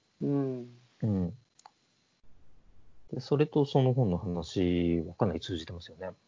Speaker 2: で、それとその本の話はかなり通じてますよね。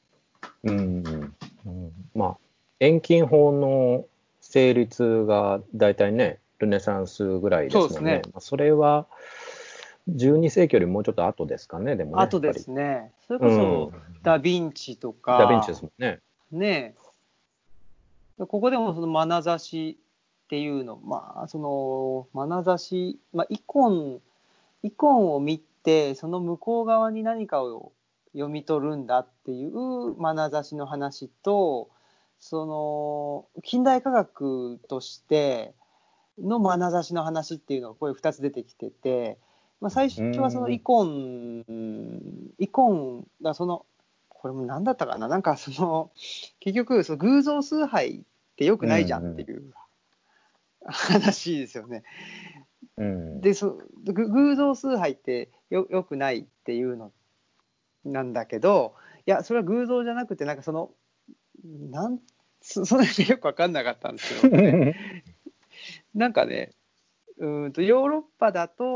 Speaker 3: まあ、遠近法の成立が大体ね、ルネサンスぐらいですもんね。それは12世紀よりもうちょっと後ですかね、でもね。
Speaker 1: 後ですね。それこそ、ダ・ヴィンチとか。
Speaker 3: ダ・ヴィンチですもんね。
Speaker 1: ねえ。ここでもその眼差しっていうの、まあ、その眼差し、まあ、イコンを見て、その向こう側に何かを読み取るんだっていう眼差しの話と、その近代科学としての眼差しの話っていうのがこれ2つ出てきてて、まあ、最初はそのイコンがそのこれも何だったかな、なんかその結局その偶像崇拝ってよくないじゃんっていう話ですよね。で偶像崇拝ってよくないっていうのなんだけど、いやそれは偶像じゃなくて、なんかそのその辺よく分かんなかったんですけど、ね、なんかね、ヨーロッパ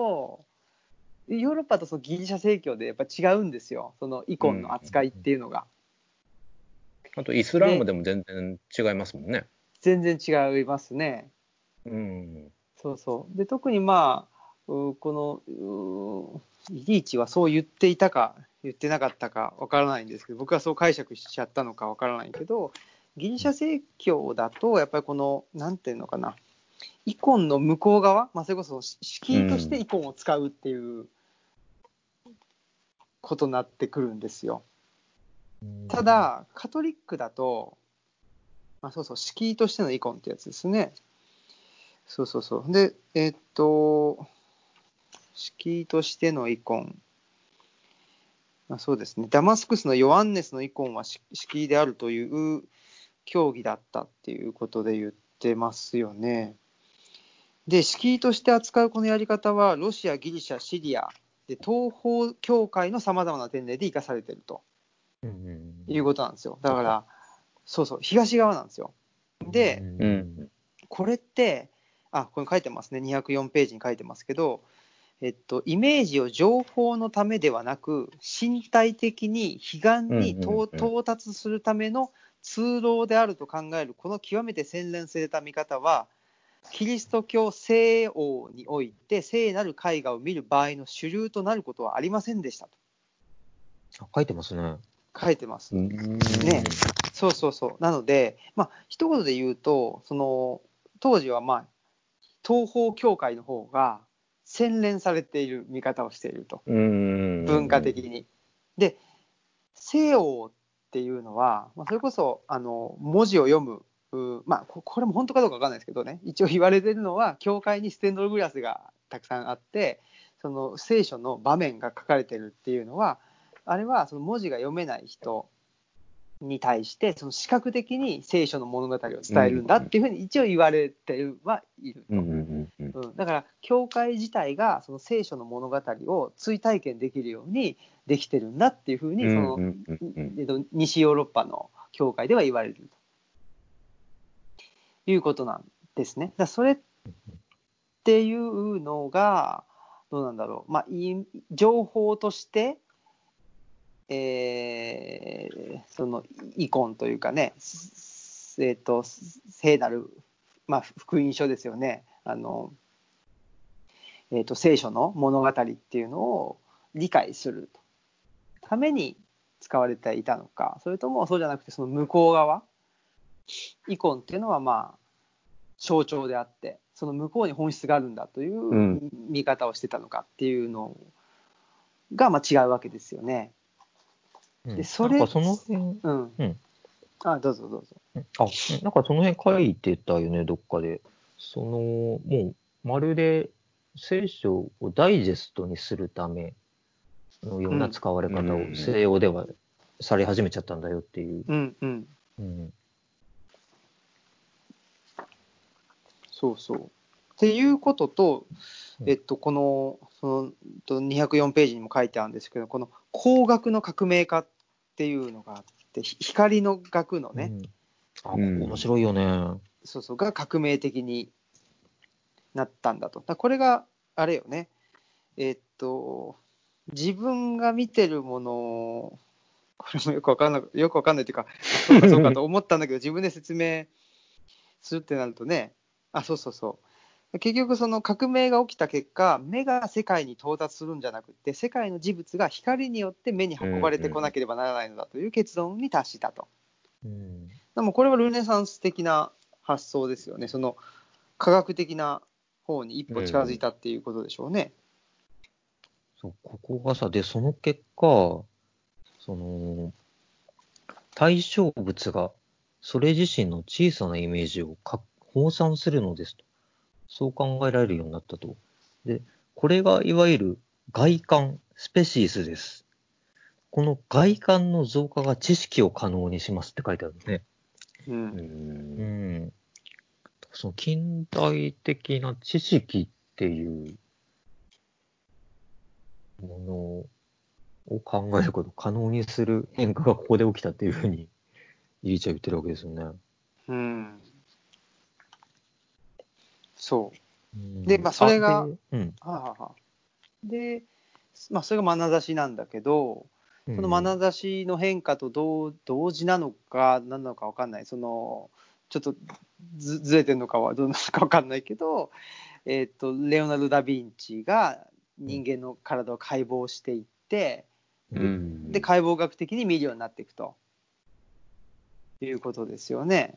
Speaker 1: とそのギリシャ正教でやっぱ違うんですよ、そのイコンの扱いっていうのが。
Speaker 3: あとイスラームでも全然違いますもんね。
Speaker 1: 全然違いますね。そうそう。で特にまあこのリーチはそう言っていたか言ってなかったかわからないんですけど、僕はそう解釈しちゃったのかわからないけど、ギリシャ正教だとやっぱりこのなんていうのかな、イコンの向こう側、まあ、それこそ敷居としてイコンを使うっていうことになってくるんですよ。ただカトリックだと、まあ、そう敷居としてのイコンってやつですね。そうで敷居としてのイコン、まあ、そうですね、ダマスクスのヨアンネスのイコンは敷居であるという教義だったっていうことで言ってますよね。で敷居として扱うこのやり方はロシア、ギリシャ、シリアで東方教会のさまざまな点で生かされているということなんですよ。だからそう東側なんですよ。で、これってこれ書いてますね、204ページに書いてますけど、イメージを情報のためではなく身体的に彼岸に到達するための通路であると考えるこの極めて洗練された見方は、キリスト教西欧において聖なる絵画を見る場合の主流となることはありませんでしたと。
Speaker 2: 書いてますね。
Speaker 1: 書いてますね。そうなので、まあ一言で言うと、その当時はまあ東方教会の方が洗練されている見方をしていると、文化的に。で西欧っていうのは、まあ、それこそ文字を読む、まあこれも本当かどうか分かんないですけどね、一応言われてるのは教会にステンドルグラスがたくさんあって、その聖書の場面が書かれてるっていうのは、あれはその文字が読めない人に対してその視覚的に聖書の物語を伝えるんだっていうふうに一応言われてはいると。だから教会自体がその聖書の物語を追体験できるようにできてるんだっていうふうに、その西ヨーロッパの教会では言われるということなんですね。だそれっていうのがどうなんだろう、まあ、情報としてそのイコンというかね、聖なる、まあ、福音書ですよね、聖書の物語っていうのを理解するために使われていたのか、それともそうじゃなくてその向こう側、イコンっていうのはまあ象徴であって、その向こうに本質があるんだという見方をしてたのかっていうのがまあ違うわけですよね。
Speaker 2: でそれなんかその辺、
Speaker 1: どうぞ。
Speaker 2: なんかその辺書いてたよね、どっかで。そのもうまるで聖書をダイジェストにするため、 のような使われ方を西洋ではされ始めちゃったんだよっていう。
Speaker 1: うんうん。うん、そうそう。っていうことと、この204ページにも書いてあるんですけど、この光学の革命家っていうのがあって、光の学のね、
Speaker 2: 面白いよね。
Speaker 1: そうそうが革命的になったんだと。これがあれよね。自分が見てるものを、これもよくわかんないというか、そうかそうかと思ったんだけど、自分で説明するってなるとね、そうそうそう。結局その革命が起きた結果、目が世界に到達するんじゃなくて、世界の事物が光によって目に運ばれてこなければならないのだという結論に達したと。でもこれはルネサンス的な発想ですよね。その科学的な方に一歩近づいたっていうことでしょうね。
Speaker 2: そう、ここがさ、で、その結果、対象物がそれ自身の小さなイメージを放散するのですと。そう考えられるようになったと。で、これがいわゆる外観、スペシースです。この外観の増加が知識を可能にしますって書いてあるね。その近代的な知識っていうものを考えることを可能にする変化がここで起きたっていうふうにイリーチは言ってるわけですよね。
Speaker 1: そう。で、それが、で、それが眼差しなんだけど、その眼差しの変化と同時なのか何なのか分かんない。ちょっとずれてるのかはどうなのか分かんないけど、レオナルド・ダ・ヴィンチが人間の体を解剖していって、で解剖学的に見るようになっていくということですよね。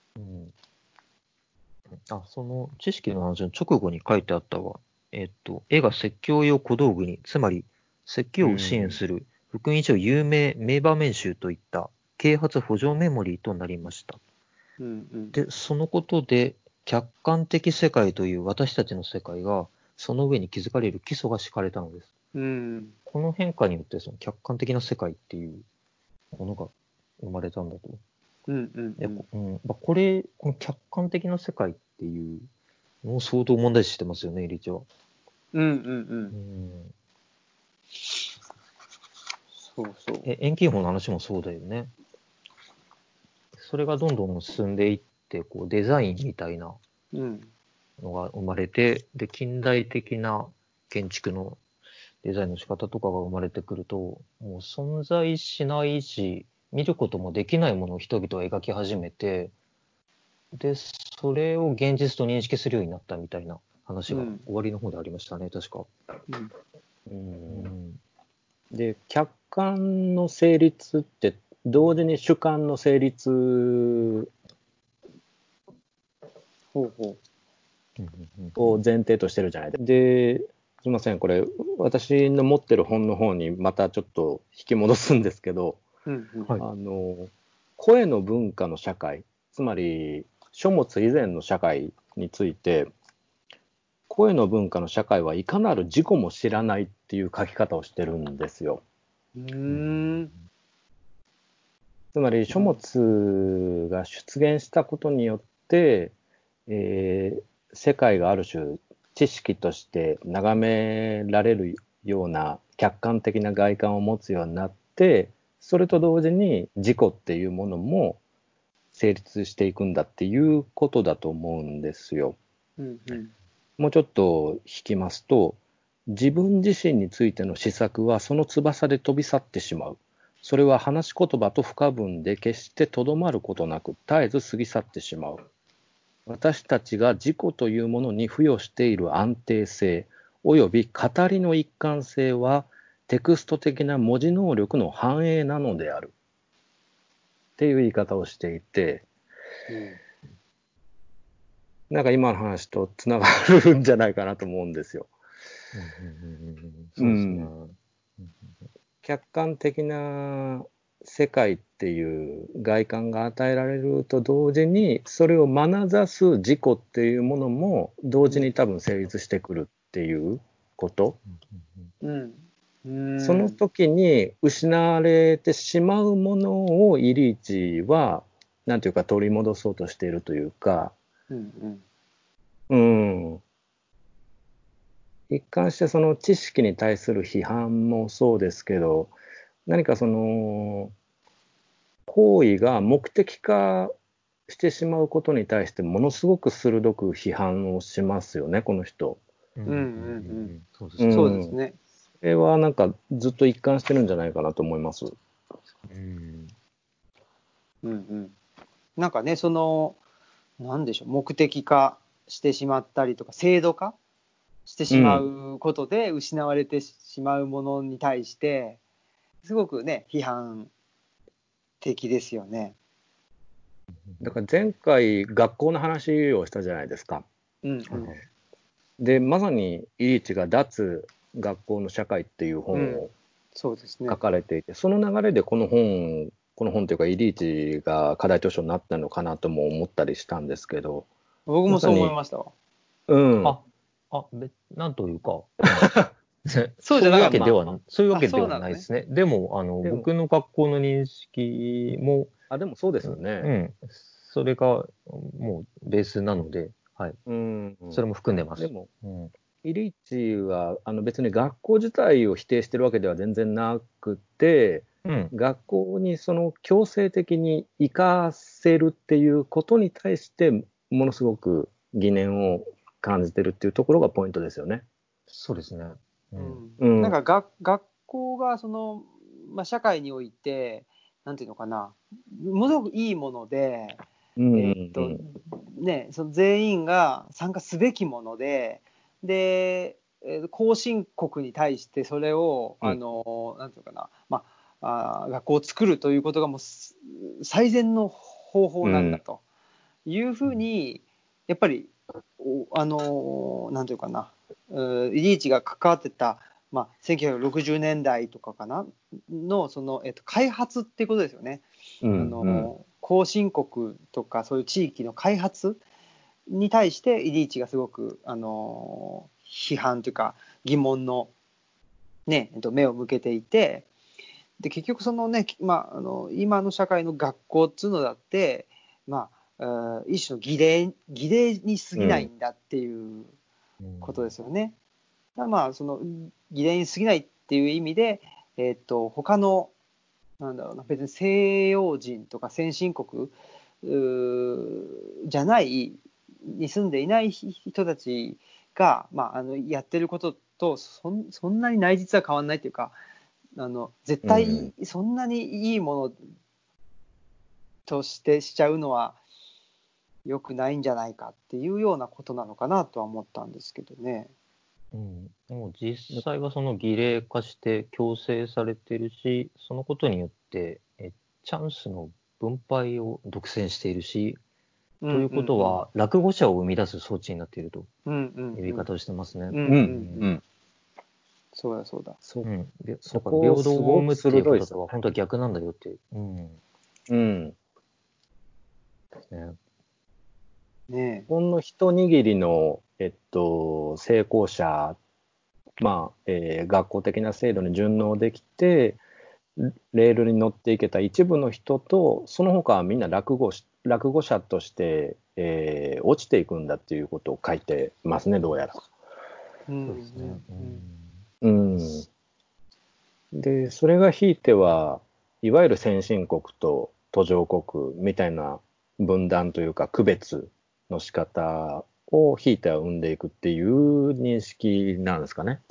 Speaker 2: その知識の話の直後に書いてあったわ。絵が説教用小道具に、つまり説教を支援する福音書有名名場面集といった啓発補助メモリーとなりました。で、そのことで客観的世界という私たちの世界がその上に築かれる基礎が敷かれたのです。この変化によってその客観的な世界っていうものが生まれたんだと。この客観的な世界っていうのを相当問題視してますよね、リチは。
Speaker 1: そうそう。
Speaker 2: 遠近法の話もそうだよね。それがどんどん進んでいって、デザインみたいなのが生まれて、で、近代的な建築のデザインの仕方とかが生まれてくると、もう存在しないし、見ることもできないものを人々は描き始めて、で、それを現実と認識するようになったみたいな話が終わりの方でありましたね、確か。
Speaker 3: で、客観の成立って同時に主観の成立を前提としてるじゃないですか。で、すみません、これ私の持ってる本の方にまたちょっと引き戻すんですけど、声の文化の社会、つまり書物以前の社会について、声の文化の社会はいかなる自己も知らないっていう書き方をしてるんですよ。つまり書物が出現したことによって、世界がある種知識として眺められるような客観的な外観を持つようになって、それと同時に自己っていうものも成立していくんだっていうことだと思うんですよ。もうちょっと引きますと、自分自身についての思索はその翼で飛び去ってしまう。それは話し言葉と不可分で決してとどまることなく絶えず過ぎ去ってしまう。私たちが自己というものに付与している安定性および語りの一貫性はテクスト的な文字能力の反映なのであるっていう言い方をしていて、なんか今の話とつながるんじゃないかなと思うんですよ。
Speaker 2: そうですね。
Speaker 3: 客観的な世界っていう外観が与えられると同時に、それを眼差す自己っていうものも同時に多分成立してくるっていうこと。 その時に失われてしまうものをイリーチはなんていうか取り戻そうとしているというか、一貫してその知識に対する批判もそうですけど、何かその行為が目的化してしまうことに対してものすごく鋭く批判をしますよね、この人。
Speaker 1: そうですね。
Speaker 3: それはなんかずっと一貫してるんじゃないかなと思います。
Speaker 1: なんかね、そのなんでしょう、目的化してしまったりとか制度化してしまうことで失われてしまうものに対してすごくね批判的ですよね。
Speaker 3: だから前回学校の話をしたじゃないですか。でまさにイリーチが脱学校の社会っていう本を書かれていて、その流れでこの本というかイリーチが課題図書になったのかなとも思ったりしたんですけど。
Speaker 1: 僕もそう思いましたわ。
Speaker 2: なんというか
Speaker 1: そういうわ
Speaker 2: けでは、そういうわけではないですね。でも僕の学校の認識も
Speaker 3: でもそうですよね。
Speaker 2: それがもうベースなので、はい。それも含んでます。
Speaker 3: でも、イリーチは別に学校自体を否定してるわけでは全然なくて、学校にその強制的に行かせるっていうことに対してものすごく疑念を感じてるっていうところがポイントですよね。
Speaker 2: そうですね。
Speaker 1: なんか学校がその、社会においてなんていうのかな、ものすごくいいもので、その全員が参加すべきもので、後進国に対してそれを、なんていうのかな、学校を作るということがもう最善の方法なんだというふうに、やっぱりなんていうかな、イリーチが関わってた、1960年代とかかなのその、開発っていうことですよね。後進国とかそういう地域の開発に対してイリーチがすごく批判というか疑問の、目を向けていて、で結局そのね、今の社会の学校っていうのだって、一種の儀礼に過ぎないんだっていうことですよね。その儀礼に過ぎないっていう意味で、他のなんだろうな、別に西洋人とか先進国じゃないに住んでいない人たちが、やってることとそんなに内実は変わらないというか、絶対そんなにいいものとしてしちゃうのは良くないんじゃないかっていうようなことなのかなとは思ったんですけどね。
Speaker 2: でも実際はその儀礼化して強制されてるし、そのことによってチャンスの分配を独占しているし、ということは落語者を生み出す装置になっているという言い方をしてますね。
Speaker 1: そうだそうだ。
Speaker 2: だから平等を生むっていうこととは本当は逆なんだよっていう。
Speaker 3: ほんの一握りの成功者、学校的な制度に順応できてレールに乗っていけた一部の人と、その他はみんな落語者として、落ちていくんだっていうことを書いてますね、どうやら。
Speaker 2: そうですね。
Speaker 3: でそれがひいてはいわゆる先進国と途上国みたいな分断というか区別の仕方をひいては生んでいくっていう認識なんですかね。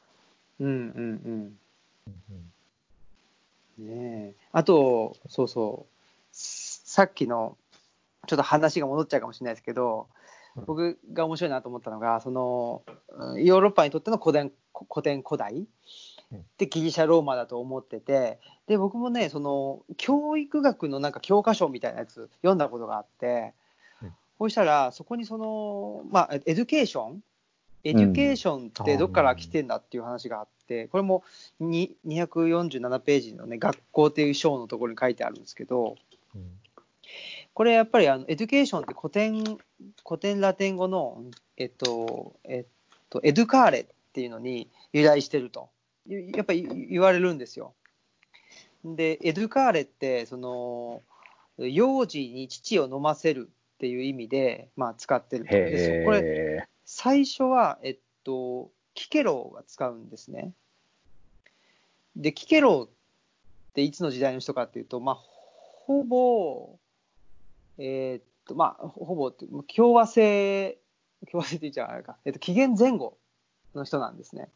Speaker 1: あとさっきのちょっと話が戻っちゃうかもしれないですけど、僕が面白いなと思ったのが、そのヨーロッパにとっての古代でギリシャローマだと思ってて、で僕もねその教育学のなんか教科書みたいなやつ読んだことがあって、そうしたらそこにそのエデュケーションってどっから来てんだっていう話があって、これも247ページのね学校っていう章のところに書いてあるんですけど、これやっぱりエデュケーションって古典ラテン語のエドゥカーレっていうのに由来してると。 やっぱり言われるんですよ。で、エドゥカーレって、幼児に乳を飲ませるっていう意味で、まあ、使ってると。で、これ、最初は、キケローが使うんですね。で、キケローっていつの時代の人かっていうと、まあ、ほぼ、まあ、ほぼ、共和制って言っちゃあれか、紀元前後の人なんですね。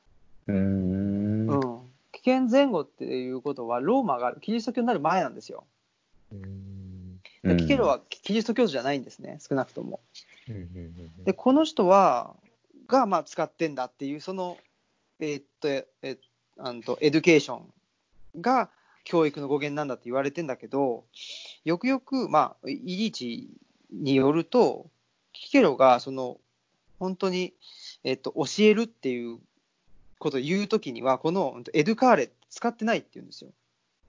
Speaker 1: 紀元前後っていうことは、ローマがキリスト教になる前なんですよ。でキケロはキリスト教徒じゃないんですね、少なくとも。で、この人が、まあ、使ってんだっていう、エデュケーションが教育の語源なんだって言われてんだけど、よくよく、まあ、イリーチによると、キケロが、本当に、教えるっていうことを言うときには、このエドゥカーレ使ってないって言うんですよ。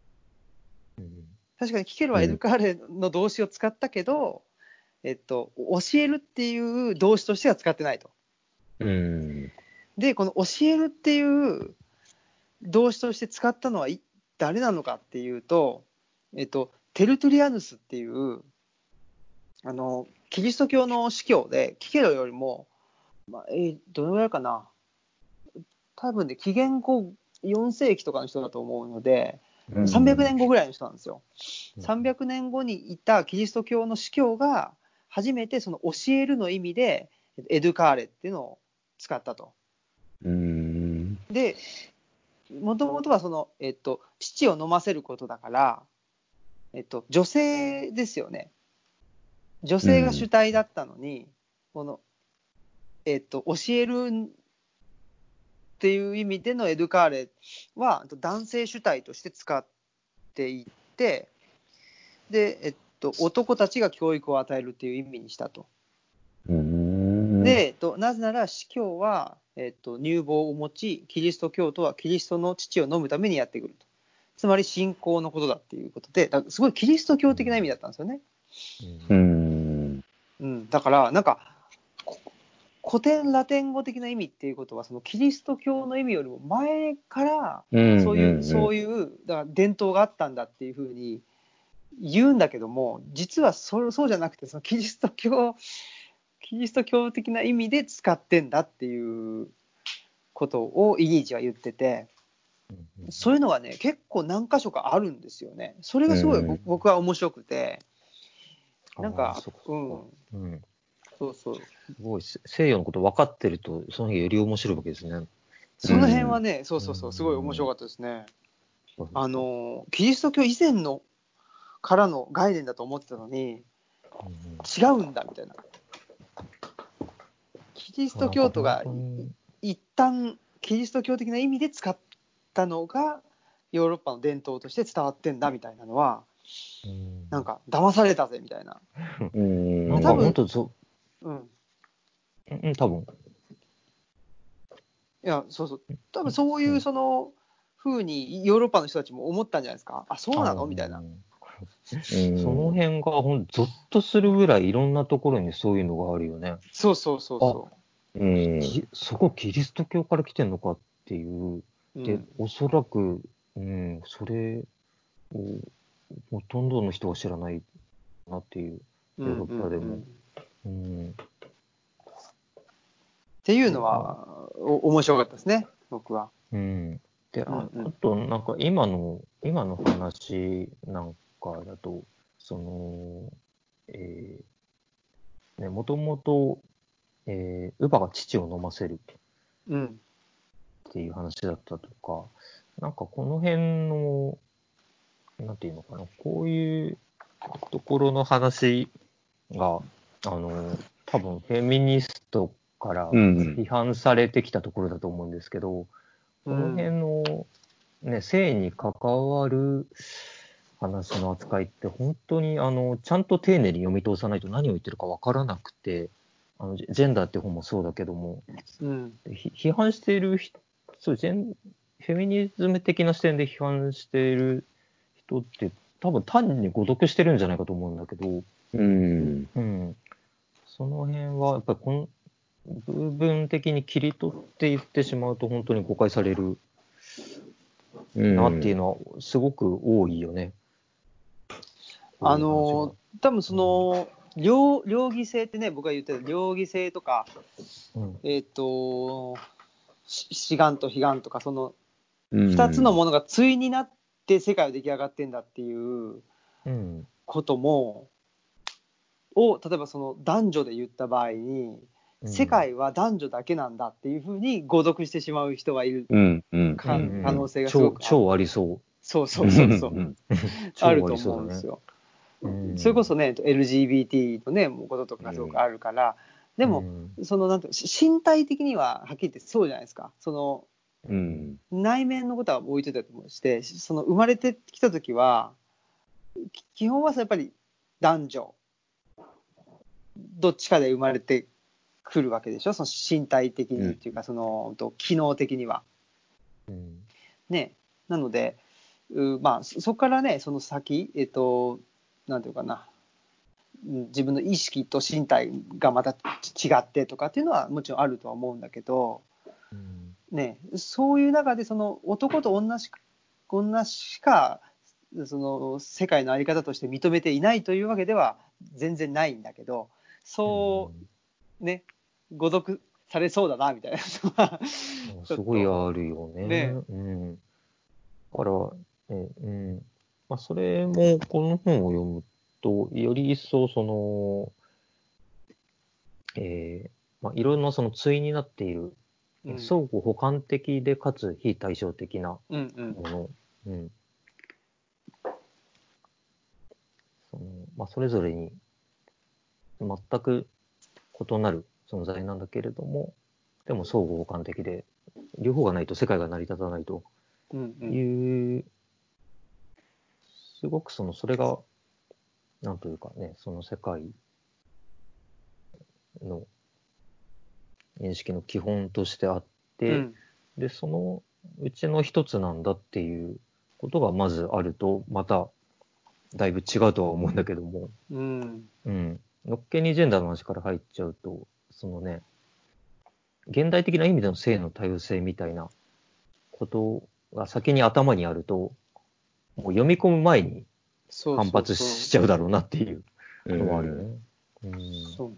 Speaker 1: 確かにキケロはエドゥカーレの動詞を使ったけど、教えるっていう動詞としては使ってないと。で、この教えるっていう動詞として使ったのは誰なのかっていうと、テルトゥリアヌスっていうキリスト教の司教で、キケロよりも、まあ、どのぐらいかな、多分ね、紀元後4世紀とかの人だと思うので、300年後ぐらいの人なんですよ。300年後にいたキリスト教の司教が、初めてその教えるの意味で、エドゥカーレっていうのを使ったと。で、もともとは乳を飲ませることだから、女性ですよね。女性が主体だったのに、教えるっていう意味でのエドゥカーレは男性主体として使っていって、で、男たちが教育を与えるっていう意味にしたと。で、なぜなら司教は、乳房を持ち、キリスト教徒はキリストの乳を飲むためにやってくると。つまり信仰のことだっていうことで、すごいキリスト教的な意味だったんですよね。だからなんか古典ラテン語的な意味っていうことは、そのキリスト教の意味よりも前からそういうだから伝統があったんだっていうふうに言うんだけども、実はそうじゃなくて、そのキリスト教的な意味で使ってんだっていうことをイギーチは言ってて、そういうのがね結構何箇所かあるんですよね。それがすごい僕は面白くて、なんかそうそう。
Speaker 2: すごい西洋のこと分かってると、その辺より面白いわけですね。
Speaker 1: その辺はね、そう、すごい面白かったですね。キリスト教以前のからの概念だと思ってたのに、違うんだみたいな。キリスト教徒が一旦キリスト教的な意味で使ったのがヨーロッパの伝統として伝わってんだみたいなのは、なんか騙されたぜみたいな。
Speaker 2: なんか本当多分。
Speaker 1: いや、多分そういう風にヨーロッパの人たちも思ったんじゃないですか。あ、そうなのみたいな。
Speaker 2: その辺がゾッとするぐらいいろんなところにそういうのがあるよね。
Speaker 1: そう。
Speaker 2: そこキリスト教から来てんのかっていう。で、おそらく、それをほとんどの人は知らないなっていう、ヨーロッパでも。
Speaker 1: っていうのは面白かったですね、僕は。
Speaker 2: で、あと、なんか今の話なんかだと、もともと、乳母が乳を飲ませるっていう話だったとか、なんかこの辺の、なんていうのかな、こういうところの話が、多分フェミニストから批判されてきたところだと思うんですけど、この辺の、性に関わる話の扱いって本当にちゃんと丁寧に読み通さないと何を言ってるか分からなくて、ジェンダーって本もそうだけども、批判している人、フェミニズム的な視点で批判している人って多分単に誤読してるんじゃないかと思うんだけど、その辺はやっぱり部分的に切り取って言ってしまうと本当に誤解されるなっていうのはすごく多いよね。
Speaker 1: 多分その、両義性ってね、僕が言ってた両義性とか、志願と悲願とか、その2つのものが対になって世界が出来上がってんだっていうことも、例えばその男女で言った場合に、世界は男女だけなんだっていうふうに誤読してしまう人がいる可能性がすごく
Speaker 2: 超ありそう。
Speaker 1: そうあると思うんですよ。それこそね LGBT のねこととかすごくあるから、でもそのなんて身体的にははっきり言ってそうじゃないですか。その、内面のことは置いといたとして、その生まれてきた時は基本はやっぱり男女どっちかで生まれてくるわけでしょ、その身体的にっていうか、その機能的には。ね、なので、まあそこからね、その先、なんていうかな、自分の意識と身体がまた違ってとかっていうのはもちろんあるとは思うんだけど、ね、そういう中でその男と女しかその世界の在り方として認めていないというわけでは全然ないんだけど、そうね、誤読されそうだなみたいなのは
Speaker 2: すごいあるよね。だから、まあ、それもこの本を読むとより一層その、まあ、いろんなその対になっている、相互補完的でかつ非対称的なもの、まあ、それぞれに全く異なる存在なんだけれども、でも相互補完的で、両方がないと世界が成り立たないという、すごくそれが、なんというかね、その世界の認識の基本としてあって、で、そのうちの一つなんだっていうことがまずあると、まただいぶ違うとは思うんだけども、のっけにジェンダーの話から入っちゃうと、そのね、現代的な意味での性の多様性みたいなことが先に頭にあると、もう読み込む前に反発しちゃうだろうなっていうのはあるよね。
Speaker 1: そうなん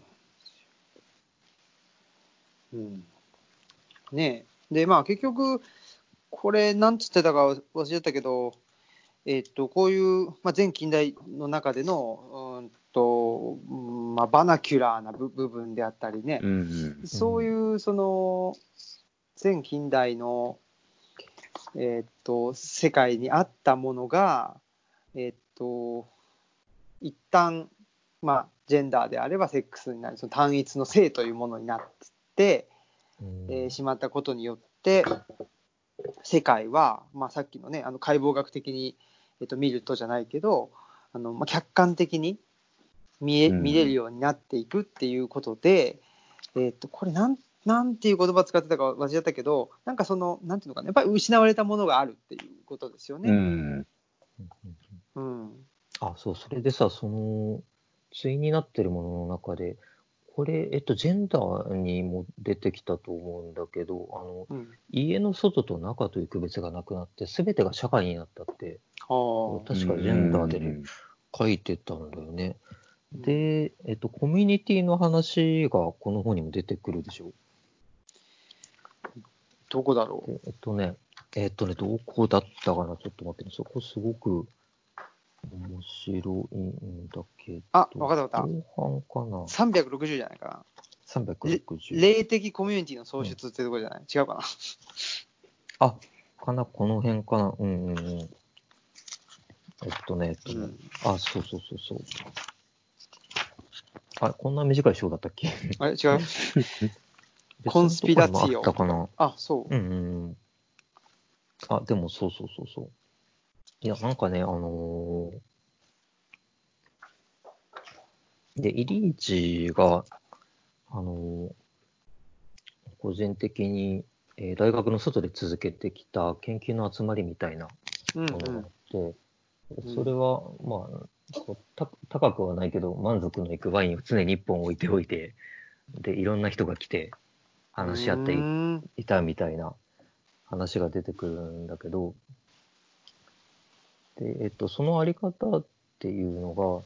Speaker 1: ですよ。ねえ。で、まあ結局、これ、なんつってたか忘れちゃったけど、こういう、まあ、前近代の中での、まあ、バナキュラーな部分であったりね、そういうその前近代の、世界にあったものが、一旦、まあ、ジェンダーであればセックスになる、その単一の性というものになってしまったことによって、世界は、まあ、さっきのね、解剖学的に、見るとじゃないけど、まあ、客観的に見れるようになっていくっていうことで、これなんていう言葉使ってたか忘れちゃったけど、なんかその、なんていうのかな、やっぱり失われたものがあるっていうことですよね。
Speaker 2: あ、そう、それでさ、その、対になってるものの中で、これ、ジェンダーにも出てきたと思うんだけど、家の外と中という区別がなくなって、すべてが社会になったって、確かジェンダーで書いてたんだよね。で、コミュニティの話がこの本にも出てくるでしょ。
Speaker 1: どこだろう。
Speaker 2: どこだったかな、ちょっと待ってね、そこすごく面白いんだけど。
Speaker 1: あ、わかったわかった。
Speaker 2: 後半かな。
Speaker 1: 360じゃないかな。
Speaker 2: 360。
Speaker 1: 霊的コミュニティの創出ってところじゃない、違うかな。
Speaker 2: あ、かな、この辺かな。あ、そう。あ、こんな短い章だったっけ？
Speaker 1: あれ違うコンスピラツィオ。
Speaker 2: あったかな。
Speaker 1: あ、そう。
Speaker 2: あ、でもそう。いや、なんかね、で、イリーチが、個人的に、大学の外で続けてきた研究の集まりみたいなものがあって、それは、まあ、高くはないけど、満足のいくワインを常に1本置いておいて、で、いろんな人が来て、話し合っていたみたいな話が出てくるんだけど、 で、そのあり方っていうのが、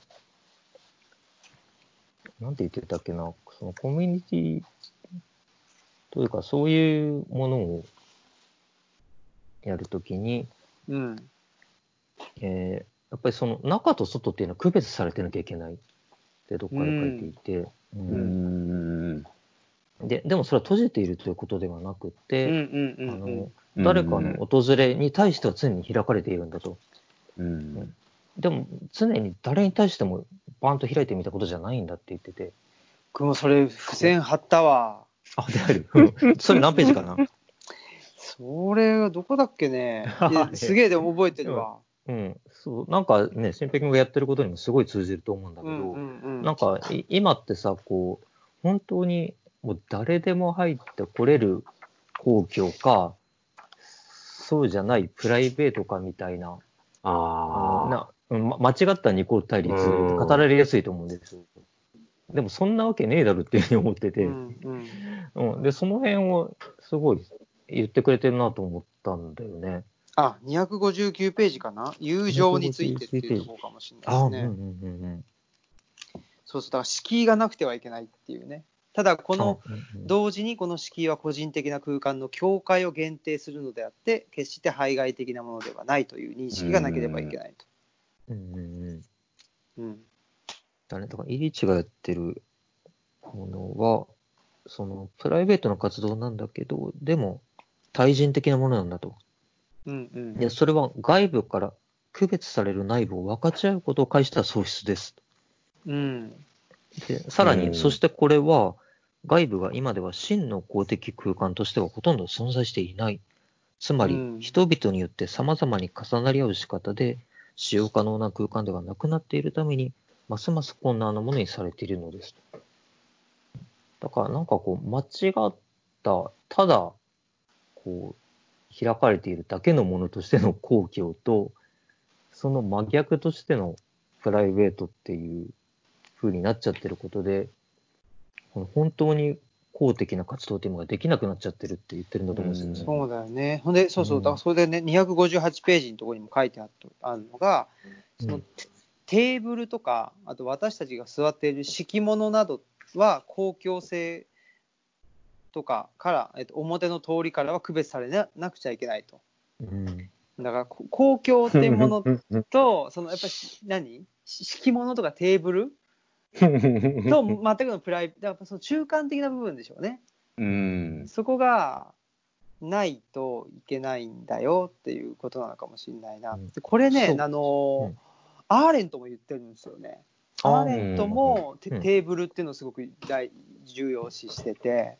Speaker 2: なんて言ってたっけな、そのコミュニティというか、そういうものをやるときに、
Speaker 1: うん。
Speaker 2: やっぱりその中と外っていうのは区別されてなきゃいけないってどっかで書いていて、でもそれは閉じているということではなくて、誰かの訪れに対しては常に開かれているんだと。でも常に誰に対してもバーンと開いてみたことじゃないんだって言ってて。
Speaker 1: 僕もそれ付箋貼ったわ。
Speaker 2: あ、である。それ何ページかな。
Speaker 1: それはどこだっけね。すげえでも覚えてるわ。
Speaker 2: そう、なんかね、新平君がやってることにもすごい通じると思うんだけど、なんか今ってさ、こう、本当にもう誰でも入ってこれる公共か、そうじゃないプライベートかみたいな、間違った二項対立で語られやすいと思うんですよ。でもそんなわけねえだろっていうふうに思ってて、で、その辺をすごい言ってくれてるなと思ったんだよね。
Speaker 1: あ、259ページかな。友情についてっていうところかもしれないですね。そうそう、だから敷居がなくてはいけないっていうね。ただこの同時にこの敷居は個人的な空間の境界を限定するのであって決して排外的なものではないという認識がなければいけないと。
Speaker 2: だからイリーチがやってるものはそのプライベートな活動なんだけど、でも対人的なものなんだと。でそれは外部から区別される内部を分かち合うことを介した喪失です。でさらに、そしてこれは外部が今では真の公的空間としてはほとんど存在していない。つまり、人々によって様々に重なり合う仕方で使用可能な空間ではなくなっているために、ますます困難なものにされているのです。だからなんかこう、間違った、ただ、こう、開かれているだけのものとしての公共と、その真逆としてのプライベートっていう風になっちゃってることで、本当に公的な活動っていうのができなくなっちゃってるって言ってるんだと思うんですよね。
Speaker 1: そうだよね。ほんで、そうそう、だからそれでね、258ページのところにも書いてあるのが、そのテーブルとか、あと私たちが座っている敷物などは公共性とかから、表の通りからは区別されなくちゃいけないと。だから公共っていうものと、そのやっぱり敷物とかテーブルと全くのプライベート、だからその中間的な部分でしょうね。そこがないといけないんだよっていうことなのかもしれないな。これね、アーレントも言ってるんですよね。アーレントもテーブルっていうのをすごく重要視してて。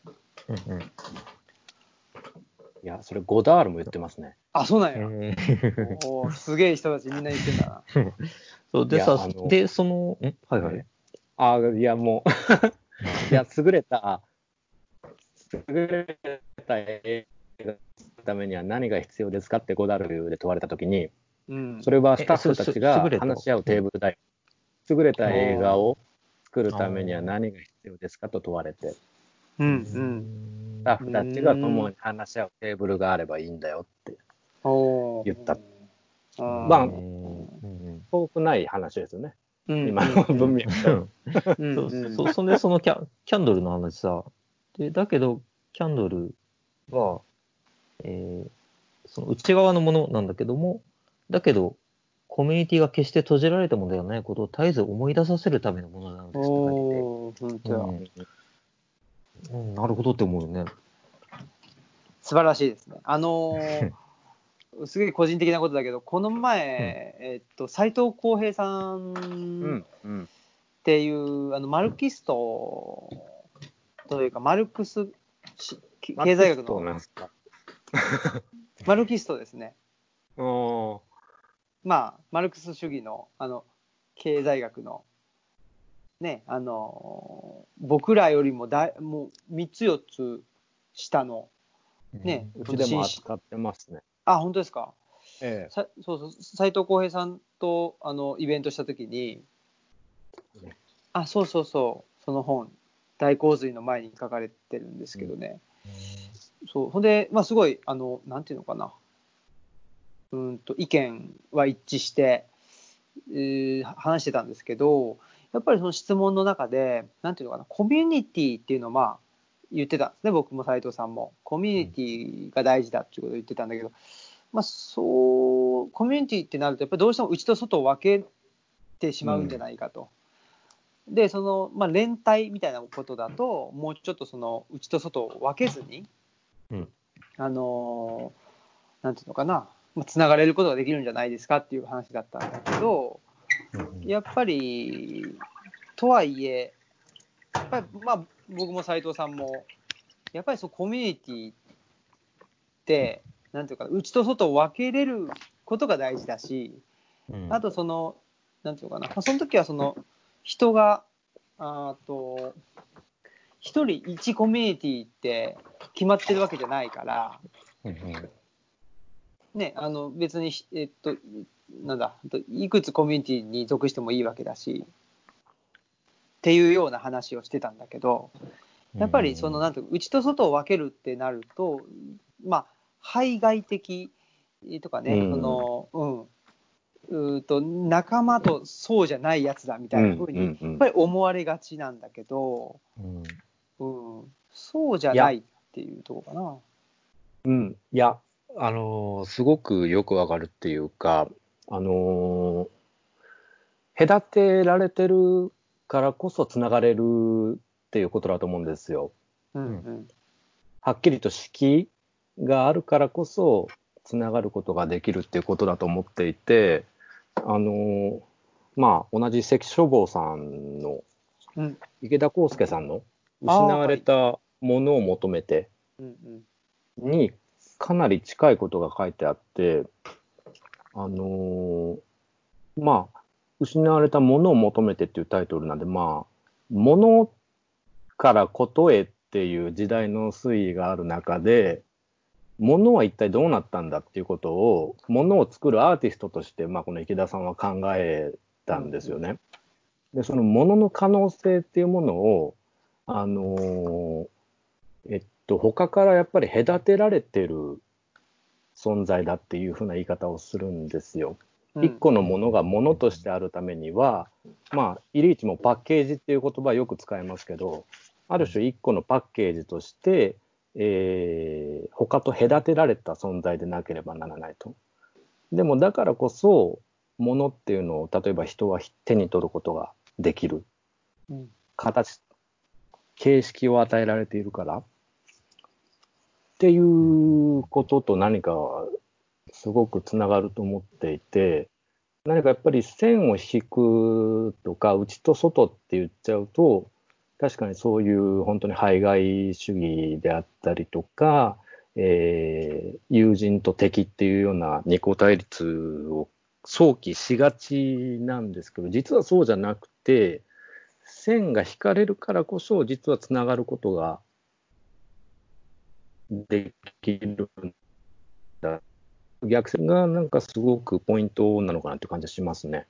Speaker 3: いや、それゴダールも言ってますね。
Speaker 1: あ、そうなんや。おすげえ人たちみんな言ってんだな。
Speaker 2: そうでさ、で、その、
Speaker 3: いや、もういや、優れた映画のためには何が必要ですかってゴダールで問われたときに、それはスタッフたちが話し合うテーブルだよ。優れた映画を作るためには何が必要ですかと問われて、スタッフたちが共に話し合うテーブルがあればいいんだよって言った。まあ、遠くない話ですよね。今の文脈と。
Speaker 2: そんでそのキャンドルの話さ、だけどキャンドルは、その内側のものなんだけども、だけどコミュニティが決して閉じられたものではないことを絶えず思い出させるためのものなんですって書いてて、なるほどって思うよね。
Speaker 1: 素晴らしいですね。すごい個人的なことだけど、この前、斉藤浩平さんっていう、マルキストというか、マルクス経済学のマルキストですね。まあ、マルクス主義の経済学のね、僕らよりももう3つ4つ下のね、
Speaker 3: うちでも扱ってますね。
Speaker 1: あ、本当ですか。そうそう、斉藤浩平さんとイベントしたときに、そうその本、大洪水の前に書かれてるんですけどね。そう、ほんで、まあ、すごい、なんていうのかな。 意見は一致して、話してたんですけど、やっぱりその質問の中で、なんていうのかな、コミュニティっていうのを言ってたんですね、僕も斉藤さんも。コミュニティが大事だっていうことを言ってたんだけど、コミュニティってなると、やっぱりどうしても内と外を分けてしまうんじゃないかと。で、連帯みたいなことだと、もうちょっとその内と外を分けずに、なんていうのかな、つながれることができるんじゃないですかっていう話だったんだけど、やっぱり、とはいえ、やっぱり僕も斉藤さんも、やっぱりコミュニティって、なんていうか、内と外を分けれることが大事だし、あとなんていうのかな、その時は人が、一人一コミュニティって決まってるわけじゃないから、ね、別に、なんだ、いくつコミュニティに属してもいいわけだし、っていうような話をしてたんだけど、やっぱりなんていうか、内と外を分けるってなると、排外的とかね、仲間とそうじゃないやつだみたいな風に、やっぱり思われがちなんだけど、そうじゃないっていうところかな。
Speaker 3: いや、すごくよくわかるっていうか、隔てられてるからこそつながれるっていうことだと思うんですよ。はっきりと敷居があるからこそつながることができるっていうことだと思っていて、同じ関書房さんの池田康介さんの失われたものを求めてにかなり近いことが書いてあって、失われたものを求めてっていうタイトルなんで、ものからことへっていう時代の推移がある中で、ものは一体どうなったんだっていうことを、ものを作るアーティストとして、この池田さんは考えたんですよね。で、そのものの可能性っていうものを、他からやっぱり隔てられてる存在だっていうふうな言い方をするんですよ。一個のものがものとしてあるためには、イリーチもパッケージっていう言葉よく使いますけど、ある種一個のパッケージとして、他と隔てられた存在でなければならないと。でもだからこそ、ものっていうのを例えば人は手に取ることができる。形、形式を与えられているからっていうことと何かすごくつながると思っていて、何かやっぱり線を引くとか内と外って言っちゃうと、確かにそういう本当に排外主義であったりとか、友人と敵っていうような二項対立を想起しがちなんですけど、実はそうじゃなくて、線が引かれるからこそ実はつながることができるんだ。逆線がなんかすごくポイントなのかなって感じがしますね。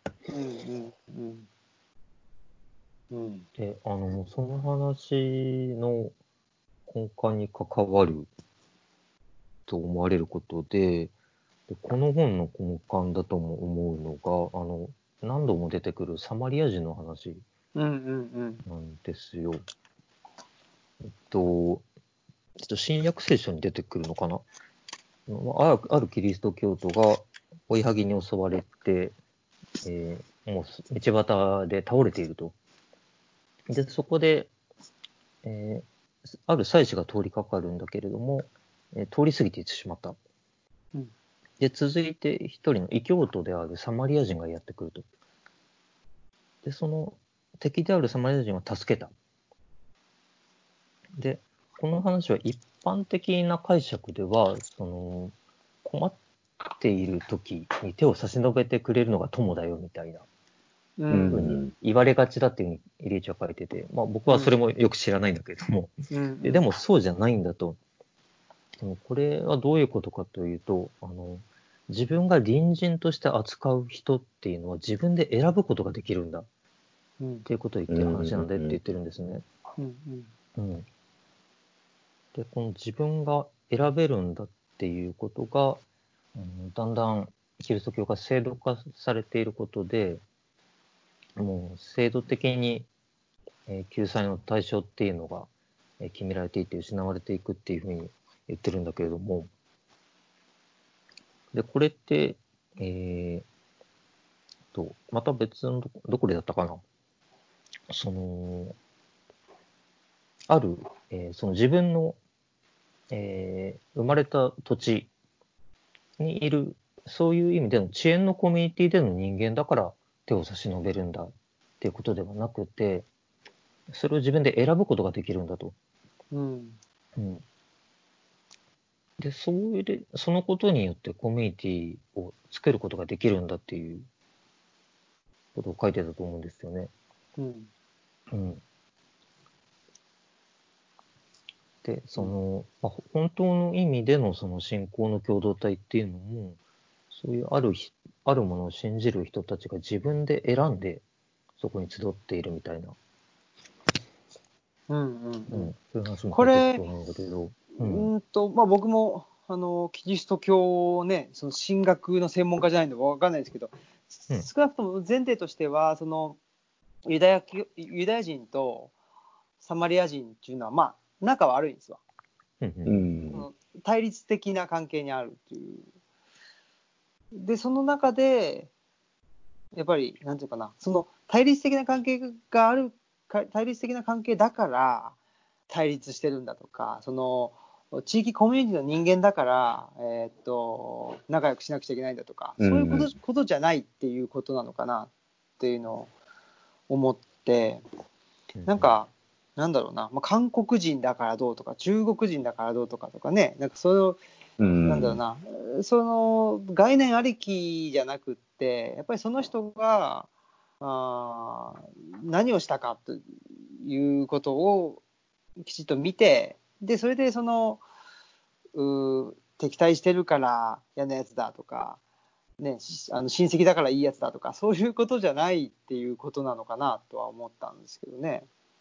Speaker 2: で、その話の根幹に関わると思われることで、この本の根幹だとも思うのが、何度も出てくるサマリア人の話なんですよ。ちょっと新約聖書に出てくるのかな。あるキリスト教徒が追いはぎに襲われて、もう道端で倒れていると。で、そこで、ある祭司が通りかかるんだけれども、通り過ぎていってしまった。で、続いて一人の異教徒であるサマリア人がやってくると。で、その敵であるサマリア人は助けた。で、この話は一般的な解釈では、困っている時に手を差し伸べてくれるのが友だよみたいなふうに言われがちだっていうふうにイリーチは書いてて、僕はそれもよく知らないんだけれども、でもそうじゃないんだと。これはどういうことかというと、自分が隣人として扱う人っていうのは自分で選ぶことができるんだっていうことを言ってる話なんでって言ってるんですね。で、この自分が選べるんだっていうことが、 だんだんキリスト教が制度化されていることで、もう制度的に、救済の対象っていうのが、決められていて失われていくっていうふうに言ってるんだけれども、で、これって、また別のどこでだったかな。ある、その自分の、生まれた土地にいる、そういう意味での遅延のコミュニティでの人間だから手を差し伸べるんだっていうことではなくて、それを自分で選ぶことができるんだと。うん。で、そのことによってコミュニティを作ることができるんだっていうことを書いてたと思うんですよね。で、本当の意味でのその信仰の共同体っていうのも、そういうあるものを信じる人たちが自分で選んでそこに集っているみたいな。そういう話も出てくると思うんだけど。
Speaker 1: 僕もキリスト教をね、その神学の専門家じゃないので分かんないですけど、少なくとも前提としては、そのユダヤ人とサマリア人っていうのは、仲は悪いんですわ。対立的な関係にあるっていう。で、その中で、やっぱり、なんていうかな、その対立的な関係がある、対立的な関係だから対立してるんだとか、その地域コミュニティの人間だから、仲良くしなくちゃいけないんだとか、そういうことじゃないっていうことなのかなっていうのを思って、なんか、なんだろうな、韓国人だからどうとか、中国人だからどうとかね、なんかそういう、なんだろうな、その概念ありきじゃなくって、やっぱりその人が何をしたかということをきちっと見て、で、それでその敵対してるから嫌なやつだとか、ね、親戚だからいいやつだとか、そういうことじゃないっていうことなのかなとは思ったんですけどね。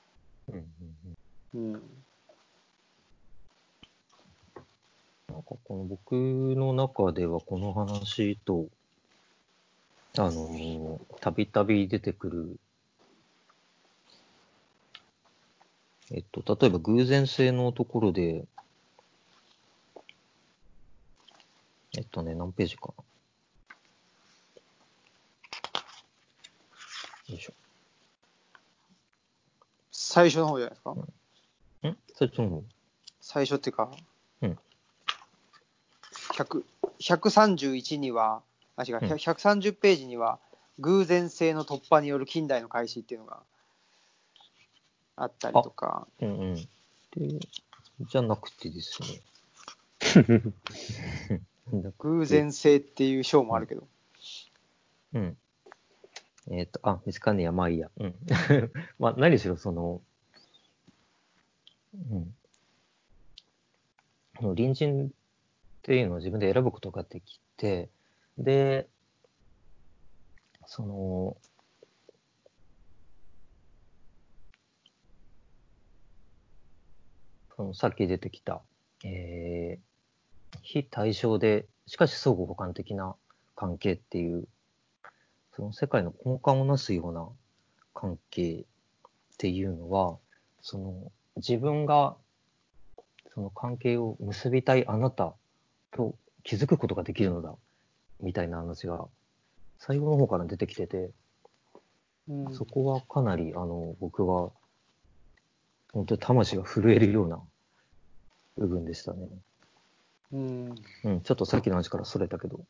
Speaker 2: なんかこの僕の中ではこの話と、たびたび出てくる、例えば偶然性のところで、何ページかな。よいしょ。
Speaker 1: 最初の方じゃないですか。
Speaker 2: 最初の方。
Speaker 1: 最初っていうか、131には、130ページには、偶然性の突破による近代の開始っていうのがあったりとか。
Speaker 2: で、じゃなくてですね。
Speaker 1: 偶然性っていう章もあるけど。
Speaker 2: 見つかんねえや、まあいいや。何しろ隣人っていうのを自分で選ぶことができて、で、さっき出てきた、非対称で、しかし相互補完的な関係っていう、その世界の根幹をなすような関係っていうのは、自分がその関係を結びたいあなたと気づくことができるのだ、みたいな話が最後の方から出てきてて、そこはかなり僕は本当に魂が震えるような部分でしたね。ちょっとさっきの話からそれたけど。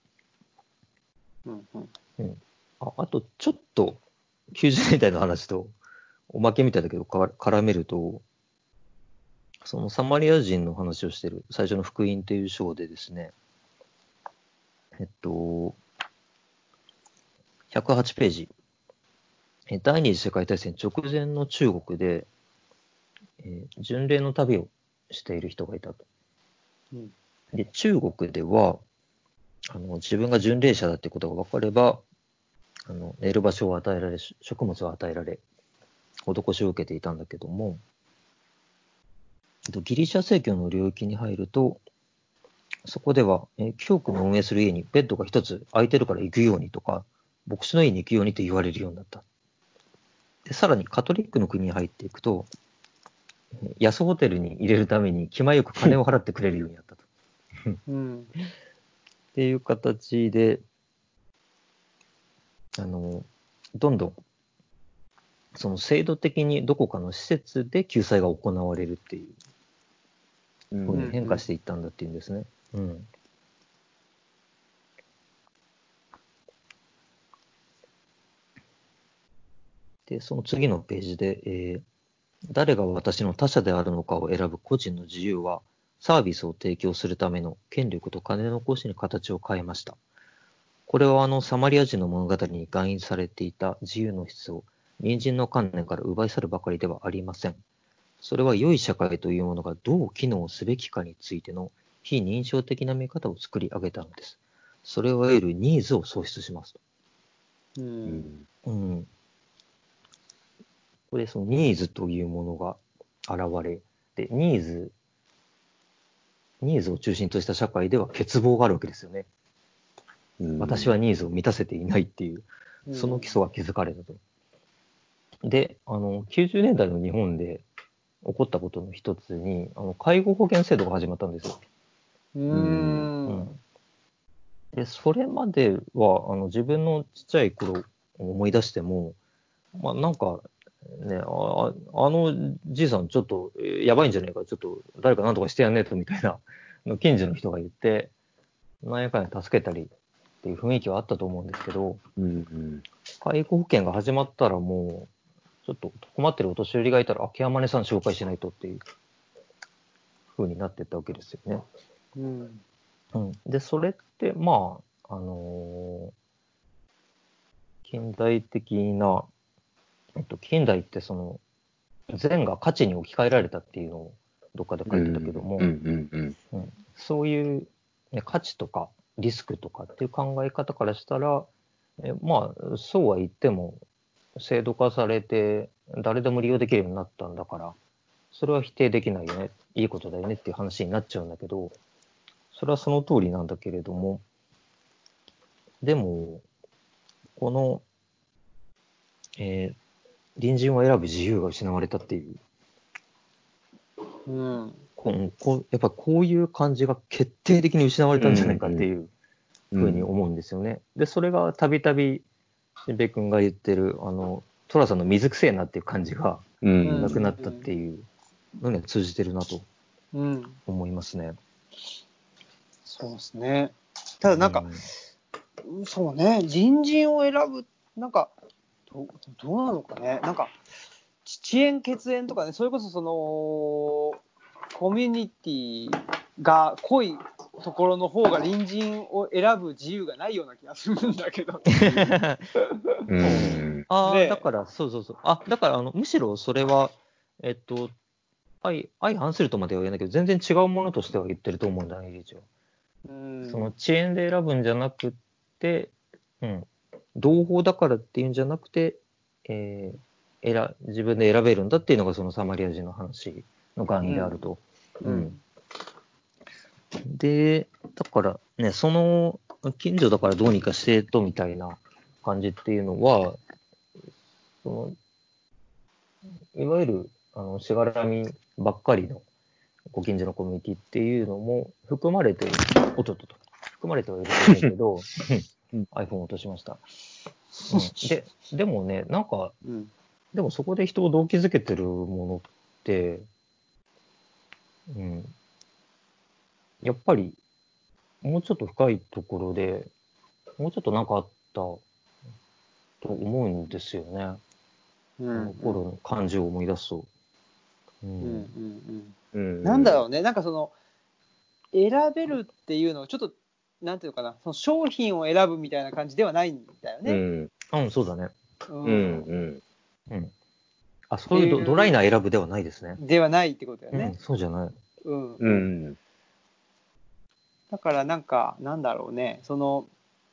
Speaker 2: あとちょっと90年代の話とおまけみたいだけど絡めると、そのサマリア人の話をしてる最初の福音という章でですね、108ページ。第二次世界大戦直前の中国で、巡礼の旅をしている人がいたと。で、中国では、自分が巡礼者だってことが分かれば、寝る場所を与えられ、食物を与えられ、施しを受けていたんだけども、ギリシャ正教の領域に入ると、 そこでは、教区の運営する家にベッドが一つ空いてるから行くようにとか、牧師の家に行くようにと言われるようになった。で、さらにカトリックの国に入っていくと、安ホテルに入れるために気前よく金を払ってくれるようになったと。
Speaker 1: うん、
Speaker 2: っていう形で、どんどん、その制度的にどこかの施設で救済が行われるっていう風に変化していったんだっていうんですね。うん。で、その次のページで、誰が私の他者であるのかを選ぶ個人の自由は、サービスを提供するための権力と金の行使に形を変えました。これはサマリア人の物語に含意されていた自由の質を隣人の観念から奪い去るばかりではありません。それは良い社会というものがどう機能すべきかについての非認証的な見方を作り上げたのです。それはいわゆるニーズを創出しますと。うん。これそのニーズというものが現れ、で、ニーズを中心とした社会では欠乏があるわけですよね。私はニーズを満たせていないっていう、その基礎が築かれたと。で、90年代の日本で起こったことの一つに、介護保険制度が始まったんですよ。で、それまでは、自分のちっちゃい頃を思い出しても、まあ、なんか、ね、じいさんちょっとやばいんじゃねえか、ちょっと誰かなんとかしてやんねえとみたいな、近所の人が言って、なんやかんや助けたりっていう雰囲気はあったと思うんですけど、介護保険が始まったらもう、ちょっと困ってるお年寄りがいたら、ケアマネさん紹介しないとっていう風になってったわけですよね。で、それって、まあ、近代的な、近代ってその、善が価値に置き換えられたっていうのをどっかで書いてたけども、そういう、ね、価値とかリスクとかっていう考え方からしたら、まあ、そうは言っても、制度化されて誰でも利用できるようになったんだから、それは否定できないよね、いいことだよねっていう話になっちゃうんだけど、それはその通りなんだけれども、でも、この、隣人を選ぶ自由が失われたっていう、やっぱこういう感じが決定的に失われたんじゃないかっていうふうに思うんですよね。で、それがたびたび、しんべヱ君が言ってる、寅さんの水くせえなっていう感じがなくなったっていうのには通じてるなと思いますね。
Speaker 1: そうですね。ただなんか、そうね、隣人を選ぶ、なんか、どうなのかね。なんか、遅延血縁とかね、それこそその、コミュニティが濃いところの方が隣人を選ぶ自由がないような気がするんだけど。
Speaker 2: だから、そうそうそう。だから、むしろそれは、相反するとまでは言えないけど、全然違うものとしては言ってると思うんだね、理事は。その遅延で選ぶんじゃなくて、同胞だからっていうんじゃなくて、自分で選べるんだっていうのがそのサマリア人の話の含意であると。で、だからね、その近所だからどうにかしてとみたいな感じっていうのは、そのいわゆるしがらみばっかりのご近所のコミュニティっていうのも含まれている、含まれてはいるんだけど、iPhone 落としました。でもね、なんか、でもそこで人を動機づけてるものって、やっぱりもうちょっと深いところで、もうちょっとなんかあったと思うんですよね。頃の感じを思い出すと。
Speaker 1: なんだろうね、なんかその、選べるっていうのをちょっと、なんていうのかな、その商品を選ぶみたいな感じではないんだよね。
Speaker 2: そうだね。そういうドライな選ぶではないですね。
Speaker 1: ではないってことだよね。
Speaker 2: そうじゃない。
Speaker 1: だからなんか、なんだろうね、その、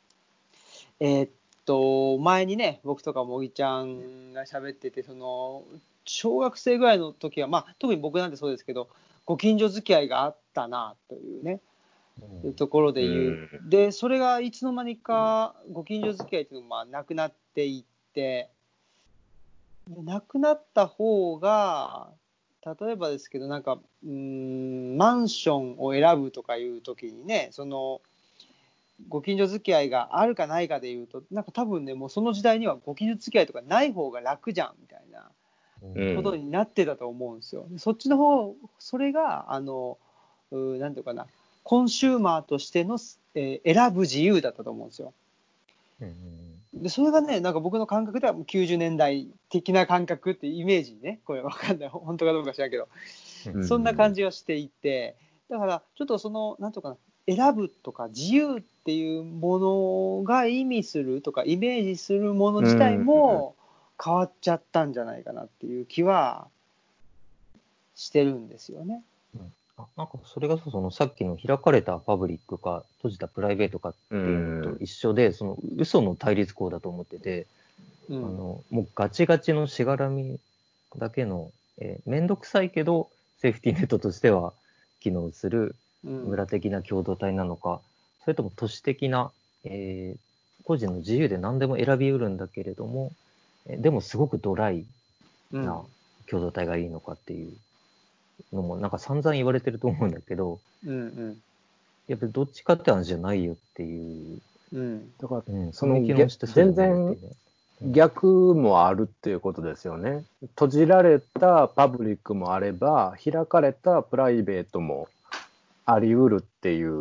Speaker 1: 前にね、僕とかもぎちゃんが喋ってて、その、小学生ぐらいの時は、まあ、特に僕なんてそうですけど、ご近所付き合いがあったなというね。 いうところで言う。で、それがいつの間にかご近所付き合いっていうのがなくなっていって、でなくなった方が、例えばですけど、なんか、マンションを選ぶとかいうときにね、その、ご近所付き合いがあるかないかでいうと、なんか多分ね、もうその時代にはご近所付き合いとかない方が楽じゃんみたいなことになってたと思うんですよ。そっちの方、それが、なんていうかな、コンシューマーとしての、選ぶ自由だったと思うんですよ。で、それがね、なんか僕の感覚ではもう90年代的な感覚ってイメージね、これわかんない、本当かどうか知らんけど、そんな感じはしていて、だからちょっとその、なんとかな、選ぶとか自由っていうものが意味するとかイメージするもの自体も変わっちゃったんじゃないかなっていう気はしてるんですよね。
Speaker 2: なんかそれがそのさっきの開かれたパブリックか閉じたプライベートかっていうのと一緒で、その嘘の対立項だと思ってて、もうガチガチのしがらみだけの、めんどくさいけどセーフティーネットとしては機能する村的な共同体なのか、それとも都市的な、個人の自由で何でも選びうるんだけれども、でもすごくドライな共同体がいいのかっていうのもなんか散々言われてると思うんだけど、やっぱりどっちかって話じゃないよっていう。
Speaker 3: だから、その全然逆もあるっていうことですよね。閉じられたパブリックもあれば、開かれたプライベートもあり得るっていう。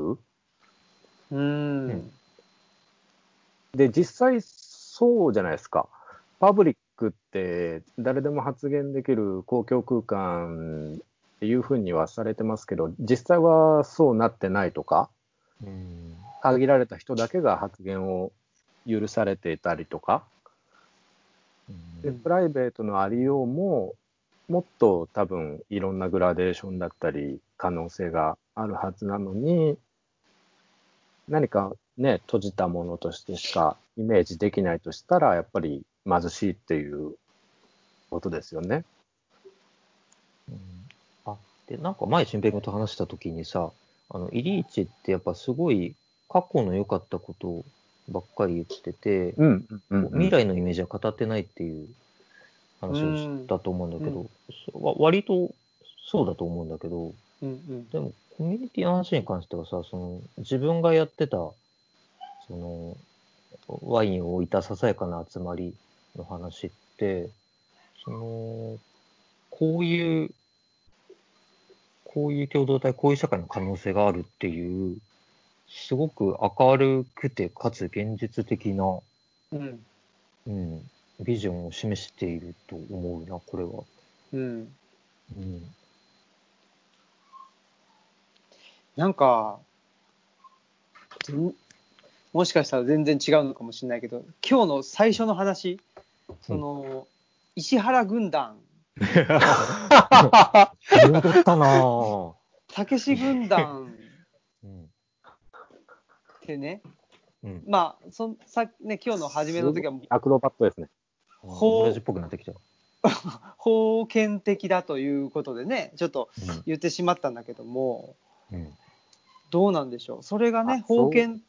Speaker 3: で、実際そうじゃないですか。パブリックって誰でも発言できる公共空間っていうふうにはされてますけど、実際はそうなってないとか、限られた人だけが発言を許されていたりとか、でプライベートのありようももっと多分いろんなグラデーションだったり可能性があるはずなのに、何かね、閉じたものとしてしかイメージできないとしたら、やっぱり貧しいっていうことですよね。
Speaker 2: で、なんか前、新平君と話したときにさ、イリーチってやっぱすごい過去の良かったことばっかり言ってて、未来のイメージは語ってないっていう話をしたと思うんだけど、割とそうだと思うんだけど、でもコミュニティの話に関してはさ、その自分がやってた、そのワインを置いたささやかな集まりの話って、その、こういう共同体、こういう社会の可能性があるっていう、すごく明るくて、かつ現実的な、ビジョンを示していると思うな、これは。
Speaker 1: なんか、もしかしたら全然違うのかもしれないけど、今日の最初の話、その、石原軍団。
Speaker 2: 彩ったなぁ。
Speaker 1: たけし軍団ってね、まあ、ね、今日の初めの時は
Speaker 3: アクロバットですね。
Speaker 2: 親父っぽくなってきた。
Speaker 1: 封建的だということでね、ちょっと言ってしまったんだけども、どうなんでしょう。それがね、封建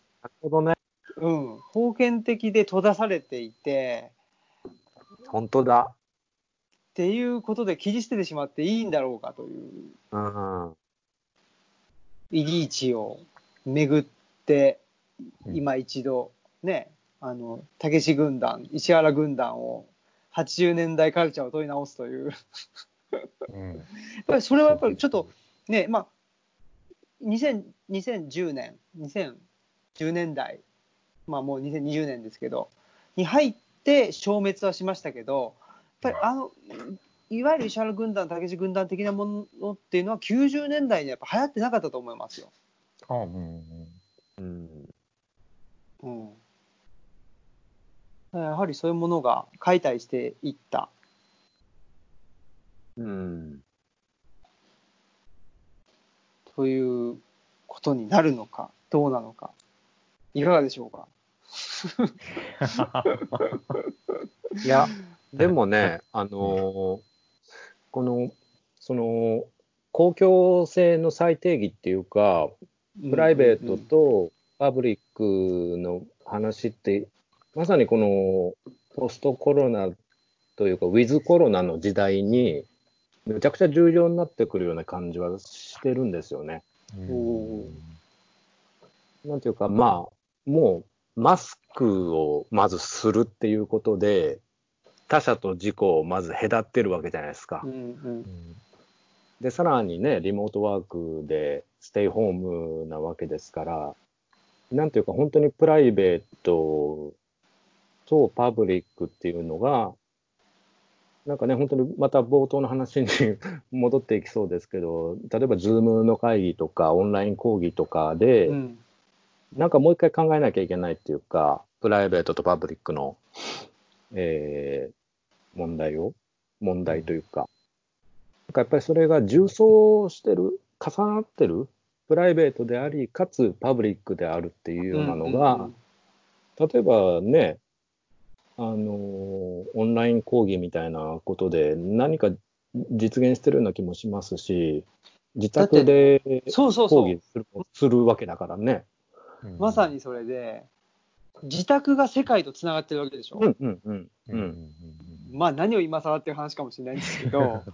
Speaker 1: 的で閉ざされていて、
Speaker 3: 本当だ。
Speaker 1: っていうことで切り捨ててしまっていいんだろうかという、イリーチを巡って、今一度ね、たけし軍団、石原軍団を80年代カルチャーを問い直すというやっぱりそれはやっぱりちょっとね、まあ2010年2010年代、まあもう2020年ですけどに入って消滅はしましたけど、やっぱりいわゆる石原軍団、たけし軍団的なものっていうのは90年代にやっぱ流行ってなかったと思いますよ。やはりそういうものが解体していった。ということになるのか、どうなのか、いかがでしょうか。
Speaker 3: いや、でもね、その、公共性の再定義っていうか、 プライベートとパブリックの話って、まさにこのポストコロナというか、ウィズコロナの時代に、めちゃくちゃ重要になってくるような感じはしてるんですよね。なんていうか、まあ、もうマスクをまずするっていうことで、他者と自己をまず隔ってるわけじゃないですか。で、さらにね、リモートワークでステイホームなわけですから、なんていうか、本当にプライベートとパブリックっていうのが、なんかね、本当にまた冒頭の話に戻っていきそうですけど、例えば、ズームの会議とか、オンライン講義とかで、なんかもう一回考えなきゃいけないっていうか、プライベートとパブリックの、問題というか、なんかやっぱりそれが重層してる、重なってる、プライベートであり、かつパブリックであるっていうようなのが、例えばね、オンライン講義みたいなことで何か実現してるような気もしますし、自宅で講義するわけだからね。
Speaker 1: まさにそれで、自宅が世界とつながってるわけでしょ。まあ何を今更っていう話かもしれないんですけど、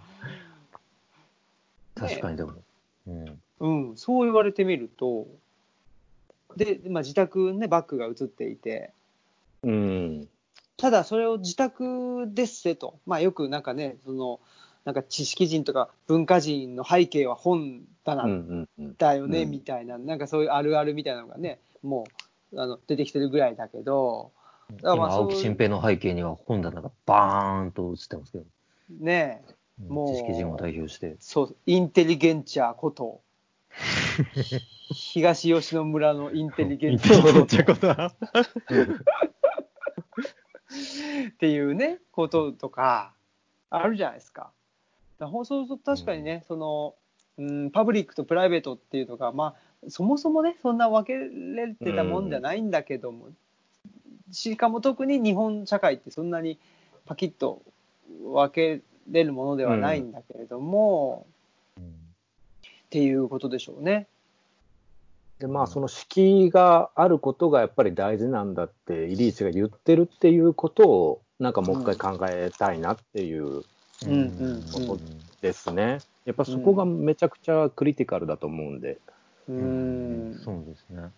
Speaker 2: 確かにでも、
Speaker 1: そう言われてみると、で、自宅ね、バッグが映っていて、ただそれを自宅ですせと、よくなんかね、なんか知識人とか文化人の背景は本棚だよねみたいな、なんかそういうあるあるみたいなのがね、もう出てきてるぐらいだけど、
Speaker 2: 今、青木新平の背景には本棚がバーンと映ってますけど。
Speaker 1: ねえ、もう、
Speaker 2: 知識人を代表して。
Speaker 1: そう、インテリゲンチャーこと、東吉野村のインテリゲンチャーこと。っていうね、こととか、あるじゃないですか。そうすると確かにね、パブリックとプライベートっていうのが、そもそもね、そんな分けれてたもんじゃないんだけども、しかも特に日本社会ってそんなにパキッと分けれるものではないんだけれども、っていうことでしょうね。
Speaker 3: で、その敷居があることがやっぱり大事なんだってイリーチが言ってるっていうことをなんかもう一回考えたいなっていうことですね。やっぱそこがめちゃくちゃクリティカルだと思うんで。
Speaker 2: そうですね。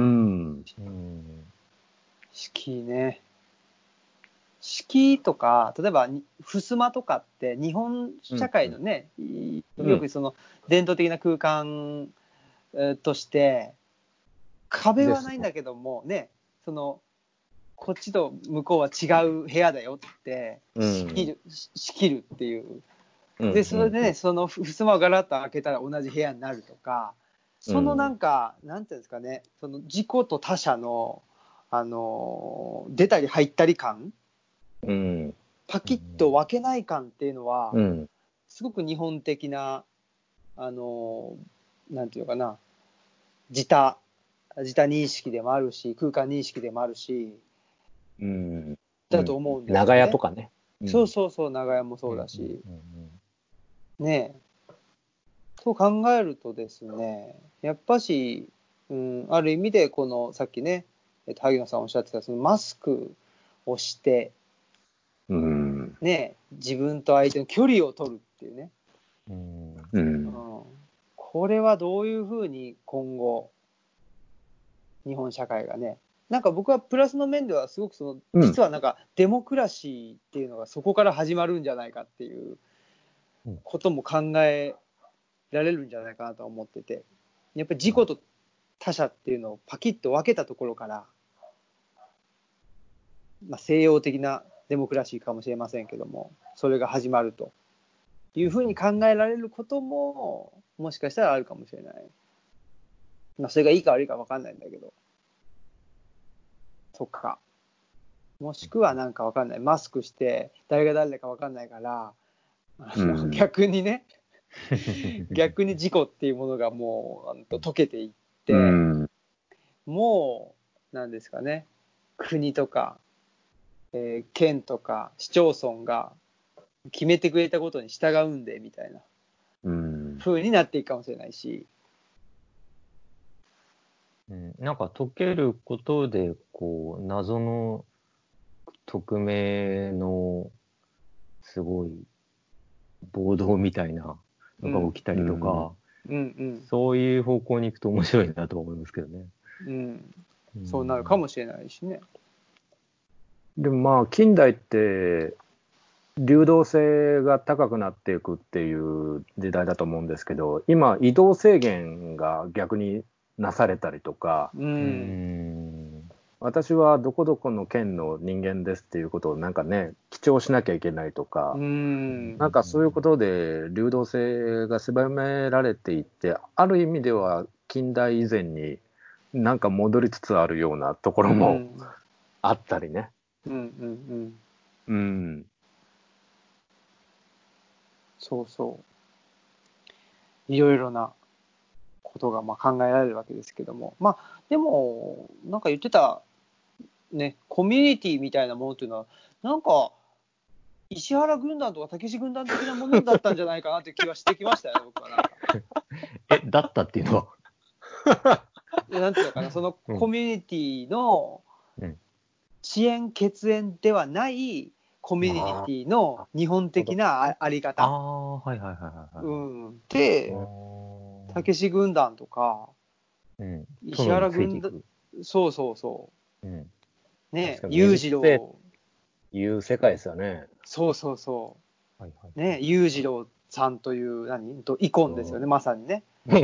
Speaker 1: 敷居ね。敷居とか、例えば襖とかって日本社会のね、よくその伝統的な空間として壁はないんだけどもね、こっちと向こうは違う部屋だよって仕切るっていう。で、それでね、その襖をガラッと開けたら同じ部屋になるとか、なんか、なんていうんですかね、自己と他者の、出たり入ったり感、パキッと分けない感っていうのは、すごく日本的な、なんていうかな、自他認識でもあるし、空間認識でもあるし、だと思うんですよね。
Speaker 3: 長屋とかね。
Speaker 1: そうそうそう、長屋もそうだし。ねえ。と考えるとですね、やっぱし、ある意味で、さっきね、萩野さんおっしゃってた、そのマスクをして、ね、自分と相手の距離を取るっていうね。これはどういうふうに今後、日本社会がね、なんか僕はプラスの面ではすごく実はなんかデモクラシーっていうのがそこから始まるんじゃないかっていうことも考えられるんじゃないかなと思ってて、やっぱり自己と他者っていうのをパキッと分けたところから、西洋的なデモクラシーかもしれませんけども、それが始まるというふうに考えられることももしかしたらあるかもしれない。それがいいか悪いか分かんないんだけど、そっか。もしくはなんか分かんない、マスクして誰が誰だか分かんないから、逆にね逆に自己っていうものがもう溶けていって、もうなんですかね、国とか、県とか市町村が決めてくれたことに従うんでみたいな風になっていくかもしれないし、
Speaker 2: なんか解けることで、こう、謎の匿名のすごい暴動みたいなのが起きたりとか、そういう方向に行くと面白いなと思いますけどね。
Speaker 1: そうなるかもしれないしね。
Speaker 3: でもまあ近代って流動性が高くなっていくっていう時代だと思うんですけど、今移動制限が逆になされたりとか、私はどこどこの県の人間ですっていうことをなんかね、記帳しなきゃいけないとか、なんかそういうことで流動性が狭められていって、ある意味では近代以前になんか戻りつつあるようなところもあったりね。
Speaker 1: そうそう。いろいろなことがまあ考えられるわけですけども、まあでもなんか言ってたね、コミュニティみたいなものっていうのはなんか石原軍団とか武志軍団的なものだったんじゃないかなという気はしてきましたよね、僕はなんか。
Speaker 2: だったっていうのは
Speaker 1: なんていうのかな、そのコミュニティの遅延血縁ではないコミュニティの日本的なあり方。で、武志軍団とか、石原軍団、そうそうそう。ね、裕次郎。
Speaker 3: いう世界ですよね。
Speaker 1: そうそうそう。ね、裕次郎さんというイコンですよね、まさにね。だ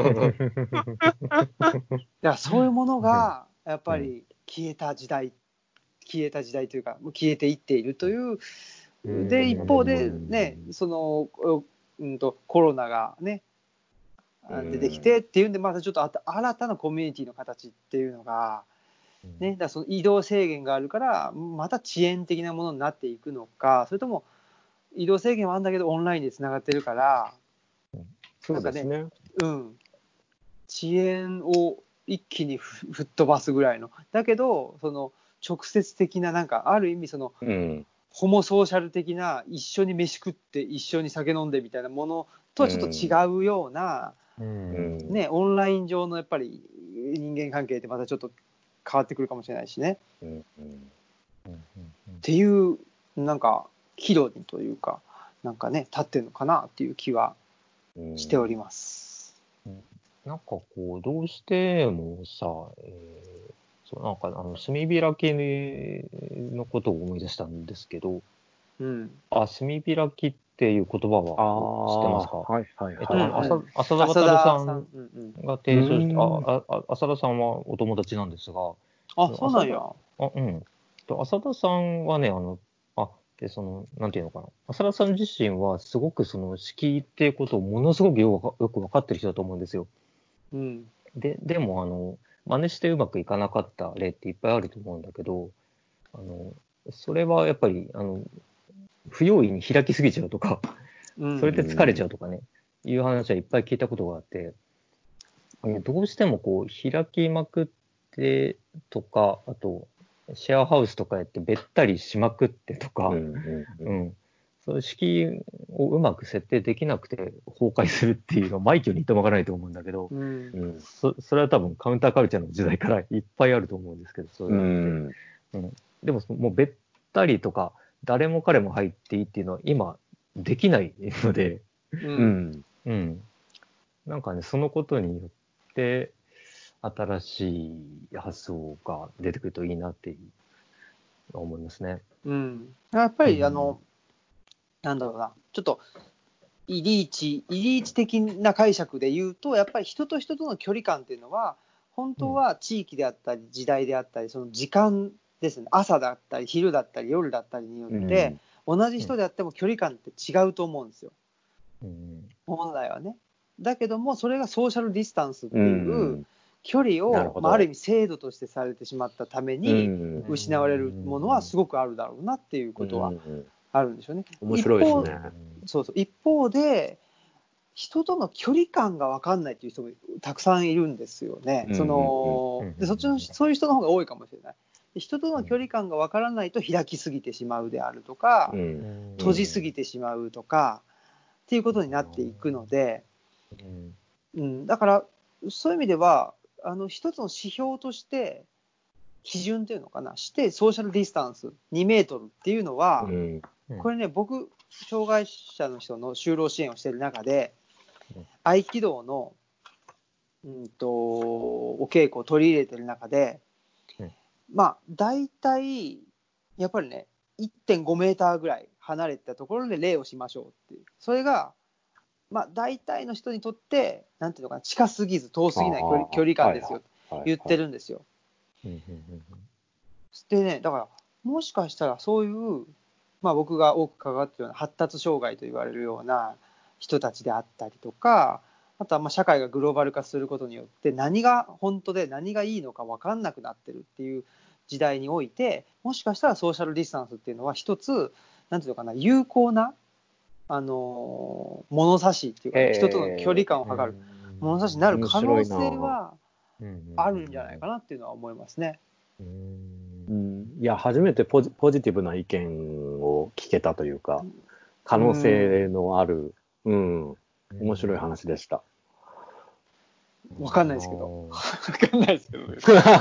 Speaker 1: からそういうものがやっぱり消えた時代というか消えていっているという。で一方でね、そのコロナがね出てきてっていうんで、またちょっと新たなコミュニティの形っていうのが。ね、だからその移動制限があるからまた遅延的なものになっていくのか、それとも移動制限はあるんだけどオンラインでつながってるから
Speaker 3: そうですね、
Speaker 1: 遅延を一気に吹っ飛ばすぐらいの、だけどその直接的ななんかある意味その、ホモソーシャル的な一緒に飯食って一緒に酒飲んでみたいなものとはちょっと違うような、ね、オンライン上のやっぱり人間関係ってまたちょっと変わってくるかもしれないしね、っていうなんか岐路にというかなんかね立ってるのかなっていう気はしております。
Speaker 2: なんかこうどうしてもさ、そうなんか炭開きのことを思い出したんですけど、炭開きっていう言葉は知ってますか？浅田渉さんが提唱して、浅田さんはお友達なんですが、
Speaker 1: そうなんや。
Speaker 2: 浅田さんはね、なんていうのかな、浅田さん自身はすごくその敷居っていうことをものすごくよく分かってる人だと思うんですよ。でも真似してうまくいかなかった例っていっぱいあると思うんだけど、それはやっぱり不用意に開きすぎちゃうとか、それで疲れちゃうとかね、いう話はいっぱい聞いたことがあって、どうしてもこう開きまくってとか、あとシェアハウスとかやってべったりしまくってとか、そういう敷居をうまく設定できなくて崩壊するっていうのは枚挙に言ってもわからないと思うんだけど、それは多分カウンターカルチャーの時代からいっぱいあると思うんですけど、そういうのって。でももうべったりとか誰も彼も入っていいっていうのは今できないので、なんかね、そのことによって新しい発想が出てくるといいなっていう思いますね。
Speaker 1: やっぱりなんだろうな、ちょっとイリーチ的な解釈で言うと、やっぱり人と人との距離感っていうのは本当は地域であったり時代であったりその時間ですね、朝だったり昼だったり夜だったりによって同じ人であっても距離感って違うと思うんですよ、本来はね。だけどもそれがソーシャルディスタンスっていう距離を、ある意味制度としてされてしまったために失われるものはすごくあるだろうなっていうことはあるんでしょうね。
Speaker 3: 面白いですね。
Speaker 1: 一方で人との距離感が分かんないっていう人もたくさんいるんですよね。そういう人の方が多いかもしれない。人との距離感が分からないと開きすぎてしまうであるとか、閉じすぎてしまうとかっていうことになっていくので、だからそういう意味では一つの指標として基準っていうのかなしてソーシャルディスタンス2メートルっていうのは、これね僕障害者の人の就労支援をしている中で合気道のお稽古を取り入れている中で、まあ大体やっぱりね 1.5 メーターぐらい離れたところで礼をしましょうっていう、それがまあ大体の人にとってなんていうのかな、近すぎず遠すぎない距離感ですよと言ってるんですよ。でね、だからもしかしたらそういう、まあ、僕が多く関わっているような発達障害と言われるような人たちであったりとか、あとはまあ社会がグローバル化することによって何が本当で何がいいのか分かんなくなってるっていう時代において、もしかしたらソーシャルディスタンスっていうのは一つなんていうのかな、有効な物差しっていうか、人との距離感を測る物差しになる可能性はあるんじゃないかなっていうのは思いますね。
Speaker 3: いや、初めてポジティブな意見を聞けたというか、可能性のある、面白い話でした。
Speaker 1: わかんないですけど。わかんないですけど。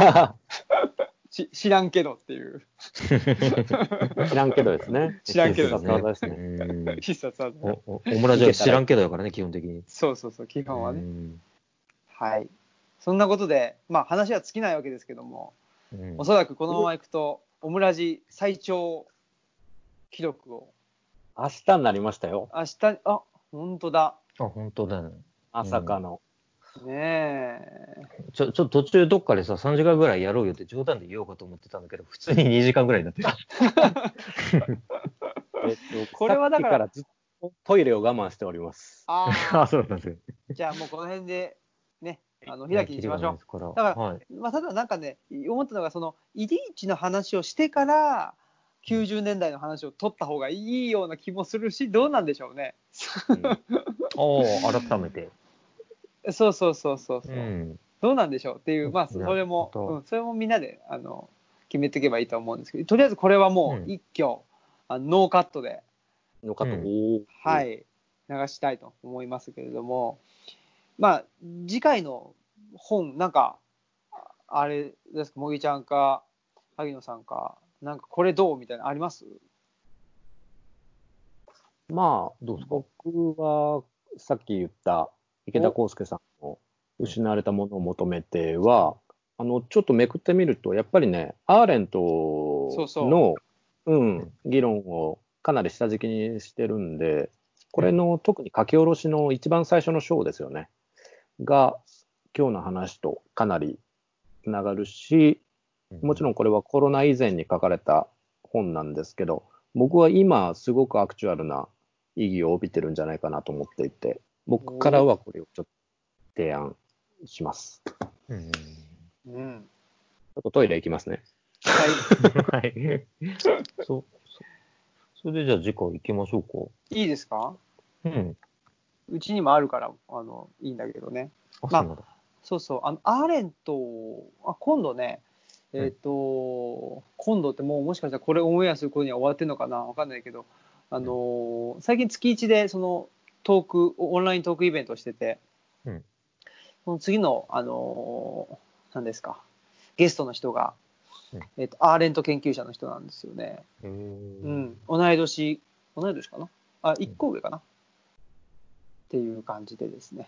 Speaker 1: 知らんけどっていう。
Speaker 3: 知らんけどですね。
Speaker 1: 知らんけど
Speaker 3: ですね。
Speaker 1: 必殺技。
Speaker 2: オムラジは知らんけどだからね、基本的に。
Speaker 1: そう、基本はね。はい。そんなことで、まあ話は尽きないわけですけども、おそらくこのままいくと、オムラジ最長記録を。
Speaker 3: 明日になりましたよ。
Speaker 1: 明日、本当だ。
Speaker 2: 本当だね。
Speaker 3: まさかの。
Speaker 1: ねえ。
Speaker 2: ちょっと途中どっかでさ、3時間ぐらいやろうよって冗談で言おうかと思ってたんだけど、普通に2時間ぐらいになってる。
Speaker 3: これはだから、さっきからずっとトイレを我慢しております。
Speaker 2: そうなんですよ。
Speaker 1: じゃあもうこの辺で、ね、開きにしましょう。だから、まあ、ただなんかね、思ったのが、その、イリーチの話をしてから、90年代の話を取った方がいいような気もするし、どうなんでしょうね。
Speaker 2: 改めて。
Speaker 1: そう。どうなんでしょうっていう、まあ、それもみんなで、決めていけばいいと思うんですけど、とりあえずこれはもう一挙、ノーカットで、はい、流したいと思いますけれども、まあ、次回の本、なんか、あれですか、もぎちゃんか、萩野さんか、なんかこれどうみたいなのあります？
Speaker 3: まあ、どうですか？僕は、さっき言った池田康介さんの失われたものを求めては、ちょっとめくってみると、やっぱりね、アーレントの議論をかなり下敷きにしてるんで、これの特に書き下ろしの一番最初の章ですよね。が、今日の話とかなりつながるし、もちろんこれはコロナ以前に書かれた本なんですけど、僕は今すごくアクチュアルな意義を帯びてるんじゃないかなと思っていて、僕からはこれをちょっと提案します。ちょっとトイレ行きますね。
Speaker 1: はい。
Speaker 2: それでじゃあ次回行きましょうか。
Speaker 1: いいですか？うちにもあるからいいんだけどね。そう、アーレント、今度ね、今度ってもしかしたらこれオンエアする頃には終わってるのかな、わかんないけど、最近月1でそのオンライントークイベントをしてて、その次の何ですか、ゲストの人が、アーレント研究者の人なんですよね。同い年かな、1個上かなっていう感じでですね。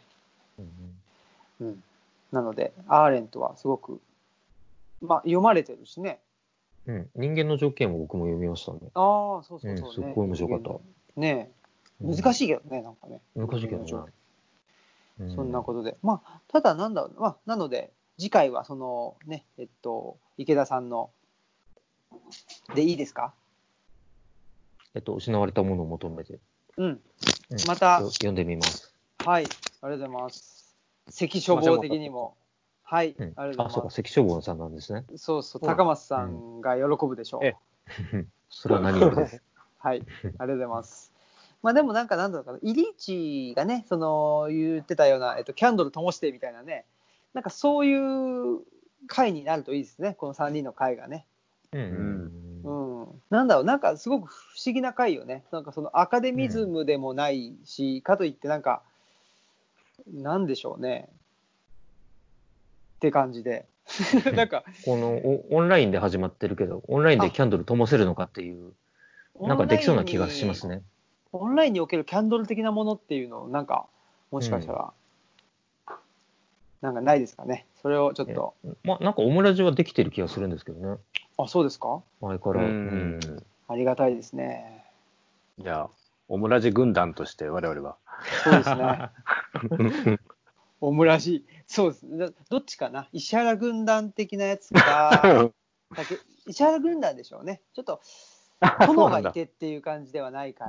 Speaker 1: なのでアーレントはすごく読まれてるしね。
Speaker 2: 人間の条件も僕も読みましたね。
Speaker 1: そう
Speaker 2: ね。すっごい面白かった。
Speaker 1: ね、難しいけどね、なんかね。
Speaker 2: 難しいけどね。
Speaker 1: そんなことで、ただなんだろう、なので次回はそのね、池田さんのでいいですか？
Speaker 2: 失われたものを求めて。
Speaker 1: また
Speaker 2: 読んでみます。
Speaker 1: はい、ありがとうございます。関書房的にも。はい、ありがとうございます。
Speaker 2: そうか、関書房さんなんですね。
Speaker 1: そう、高松さんが喜ぶでしょう。
Speaker 2: それは何よりです。
Speaker 1: はい、ありがとうございます。でもなんだろうかな、イリーチがね、言ってたような、キャンドル灯してみたいなね、なんかそういう回になるといいですね、この3人の回がね。なんだろう、なんかすごく不思議な回よね。なんかそのアカデミズムでもないし、かといってなんか、なんでしょうね。 って感じで。なんか、
Speaker 2: このオンラインで始まってるけど、オンラインでキャンドル灯せるのかっていう、なんかできそうな気がしますね。
Speaker 1: オンラインにおけるキャンドル的なものっていうのを、なんか、もしかしたら、なんかないですかね。それをちょっと。
Speaker 2: なんかオムラジはできてる気がするんですけどね。
Speaker 1: あ、そうですか？
Speaker 2: 前から。
Speaker 1: ありがたいですね。
Speaker 3: じゃあ、オムラジ軍団として我々は。
Speaker 1: そうですね。オムラジ、そうですね。どっちかな、石原軍団的なやつか、石原軍団でしょうね。ちょっと、殿がいてっていう感じではないから。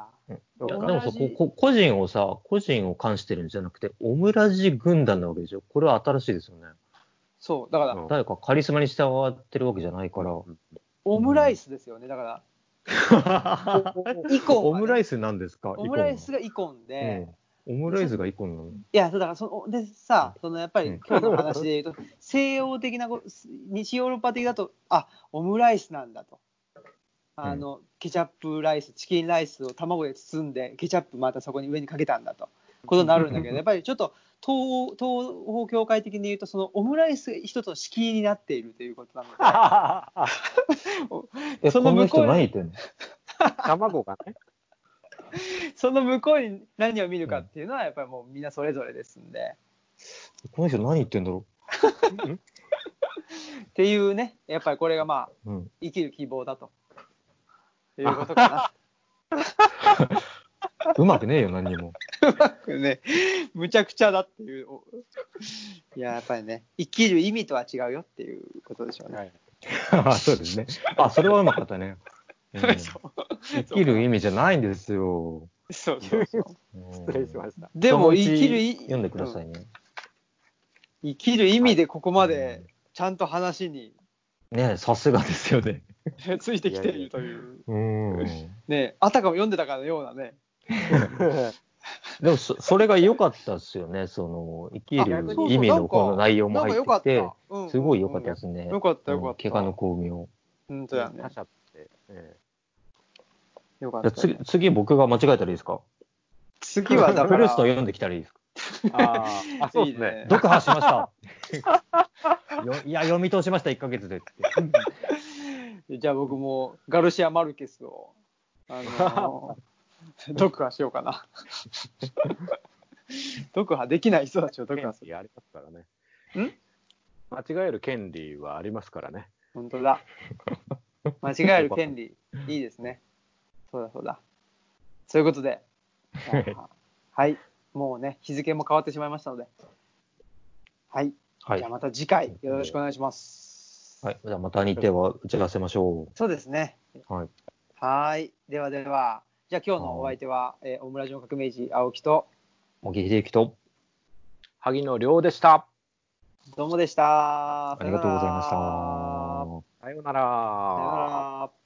Speaker 2: でもさ、個人を冠してるんじゃなくて、オムラジ軍団なわけでしょ。これは新しいですよね。
Speaker 1: そう、だから。
Speaker 2: 誰かカリスマに従ってるわけじゃないから。
Speaker 1: オムライスですよね、だから。
Speaker 2: イコン、ね。オムライスなんですか？
Speaker 1: オムライスがイコンで。
Speaker 2: オムライスがイコンなの？い
Speaker 1: や、だからでさ、やっぱり今日の話で言うと、西洋的な、西ヨーロッパ的だと、オムライスなんだと。ケチャップライス、チキンライスを卵で包んで、ケチャップまたそこに上にかけたんだと。ことになるんだけど、やっぱりちょっと東方教会的に言うと、そのオムライス一つの敷居になっているということなので。
Speaker 2: その向こうに何言ってんの？
Speaker 3: 卵がね。
Speaker 1: その向こうに何を見るかっていうのは、やっぱりもうみんなそれぞれですんで。
Speaker 2: この人何言ってんだろう
Speaker 1: っていうね、やっぱりこれが生きる希望だということかな。
Speaker 2: うまくねえよ、何にも。
Speaker 1: うまくね、むちゃくちゃだっていう。いや、やっぱりね、生きる意味とは違うよっていうことでしょうね。
Speaker 2: そうですね。それはうまかったね。生きる意味じゃないんですよ。
Speaker 1: そう。
Speaker 3: 失礼しました。
Speaker 1: でも生きる
Speaker 2: 読んでくださいね。
Speaker 1: 生きる意味でここまでちゃんと話に
Speaker 2: ね、さすがですよね。
Speaker 1: ついてきているという。ね、あたかも読んでたかのようなね。
Speaker 2: でもそれが良かったですよね。生きる意味のこの内容も入ってきて、すごい良かったですね。
Speaker 1: 良かった。
Speaker 2: 怪我の巧妙。
Speaker 1: 本当やね。
Speaker 2: よかった。次僕が間違えたらいいですか？
Speaker 1: 次はだから
Speaker 2: フルースト読んできたらいいですか？
Speaker 3: そうですね。
Speaker 2: 読破しました。いや、読み通しました、1ヶ月でって。
Speaker 1: じゃあ僕もガルシア・マルケスを、読破しようかな。読破できない人たちを読破する。
Speaker 3: ありますからね。間違える権利はありますからね。
Speaker 1: 本当だ。間違える権利、いいですね。そうだ。そういうことで、はい、もうね、日付も変わってしまいましたので、はい。じゃあまた次回よろしくお願いします。
Speaker 2: はい。じゃあまた日程は打ち合わせましょう。
Speaker 1: そうですね。
Speaker 2: はい。
Speaker 1: では、じゃあ今日のお相手は、オムラジオ革命児青木と、
Speaker 2: 茂木秀幸と、
Speaker 3: 萩野亮でした。
Speaker 1: どうもでした。
Speaker 2: ありがとうございました。
Speaker 3: さようなら。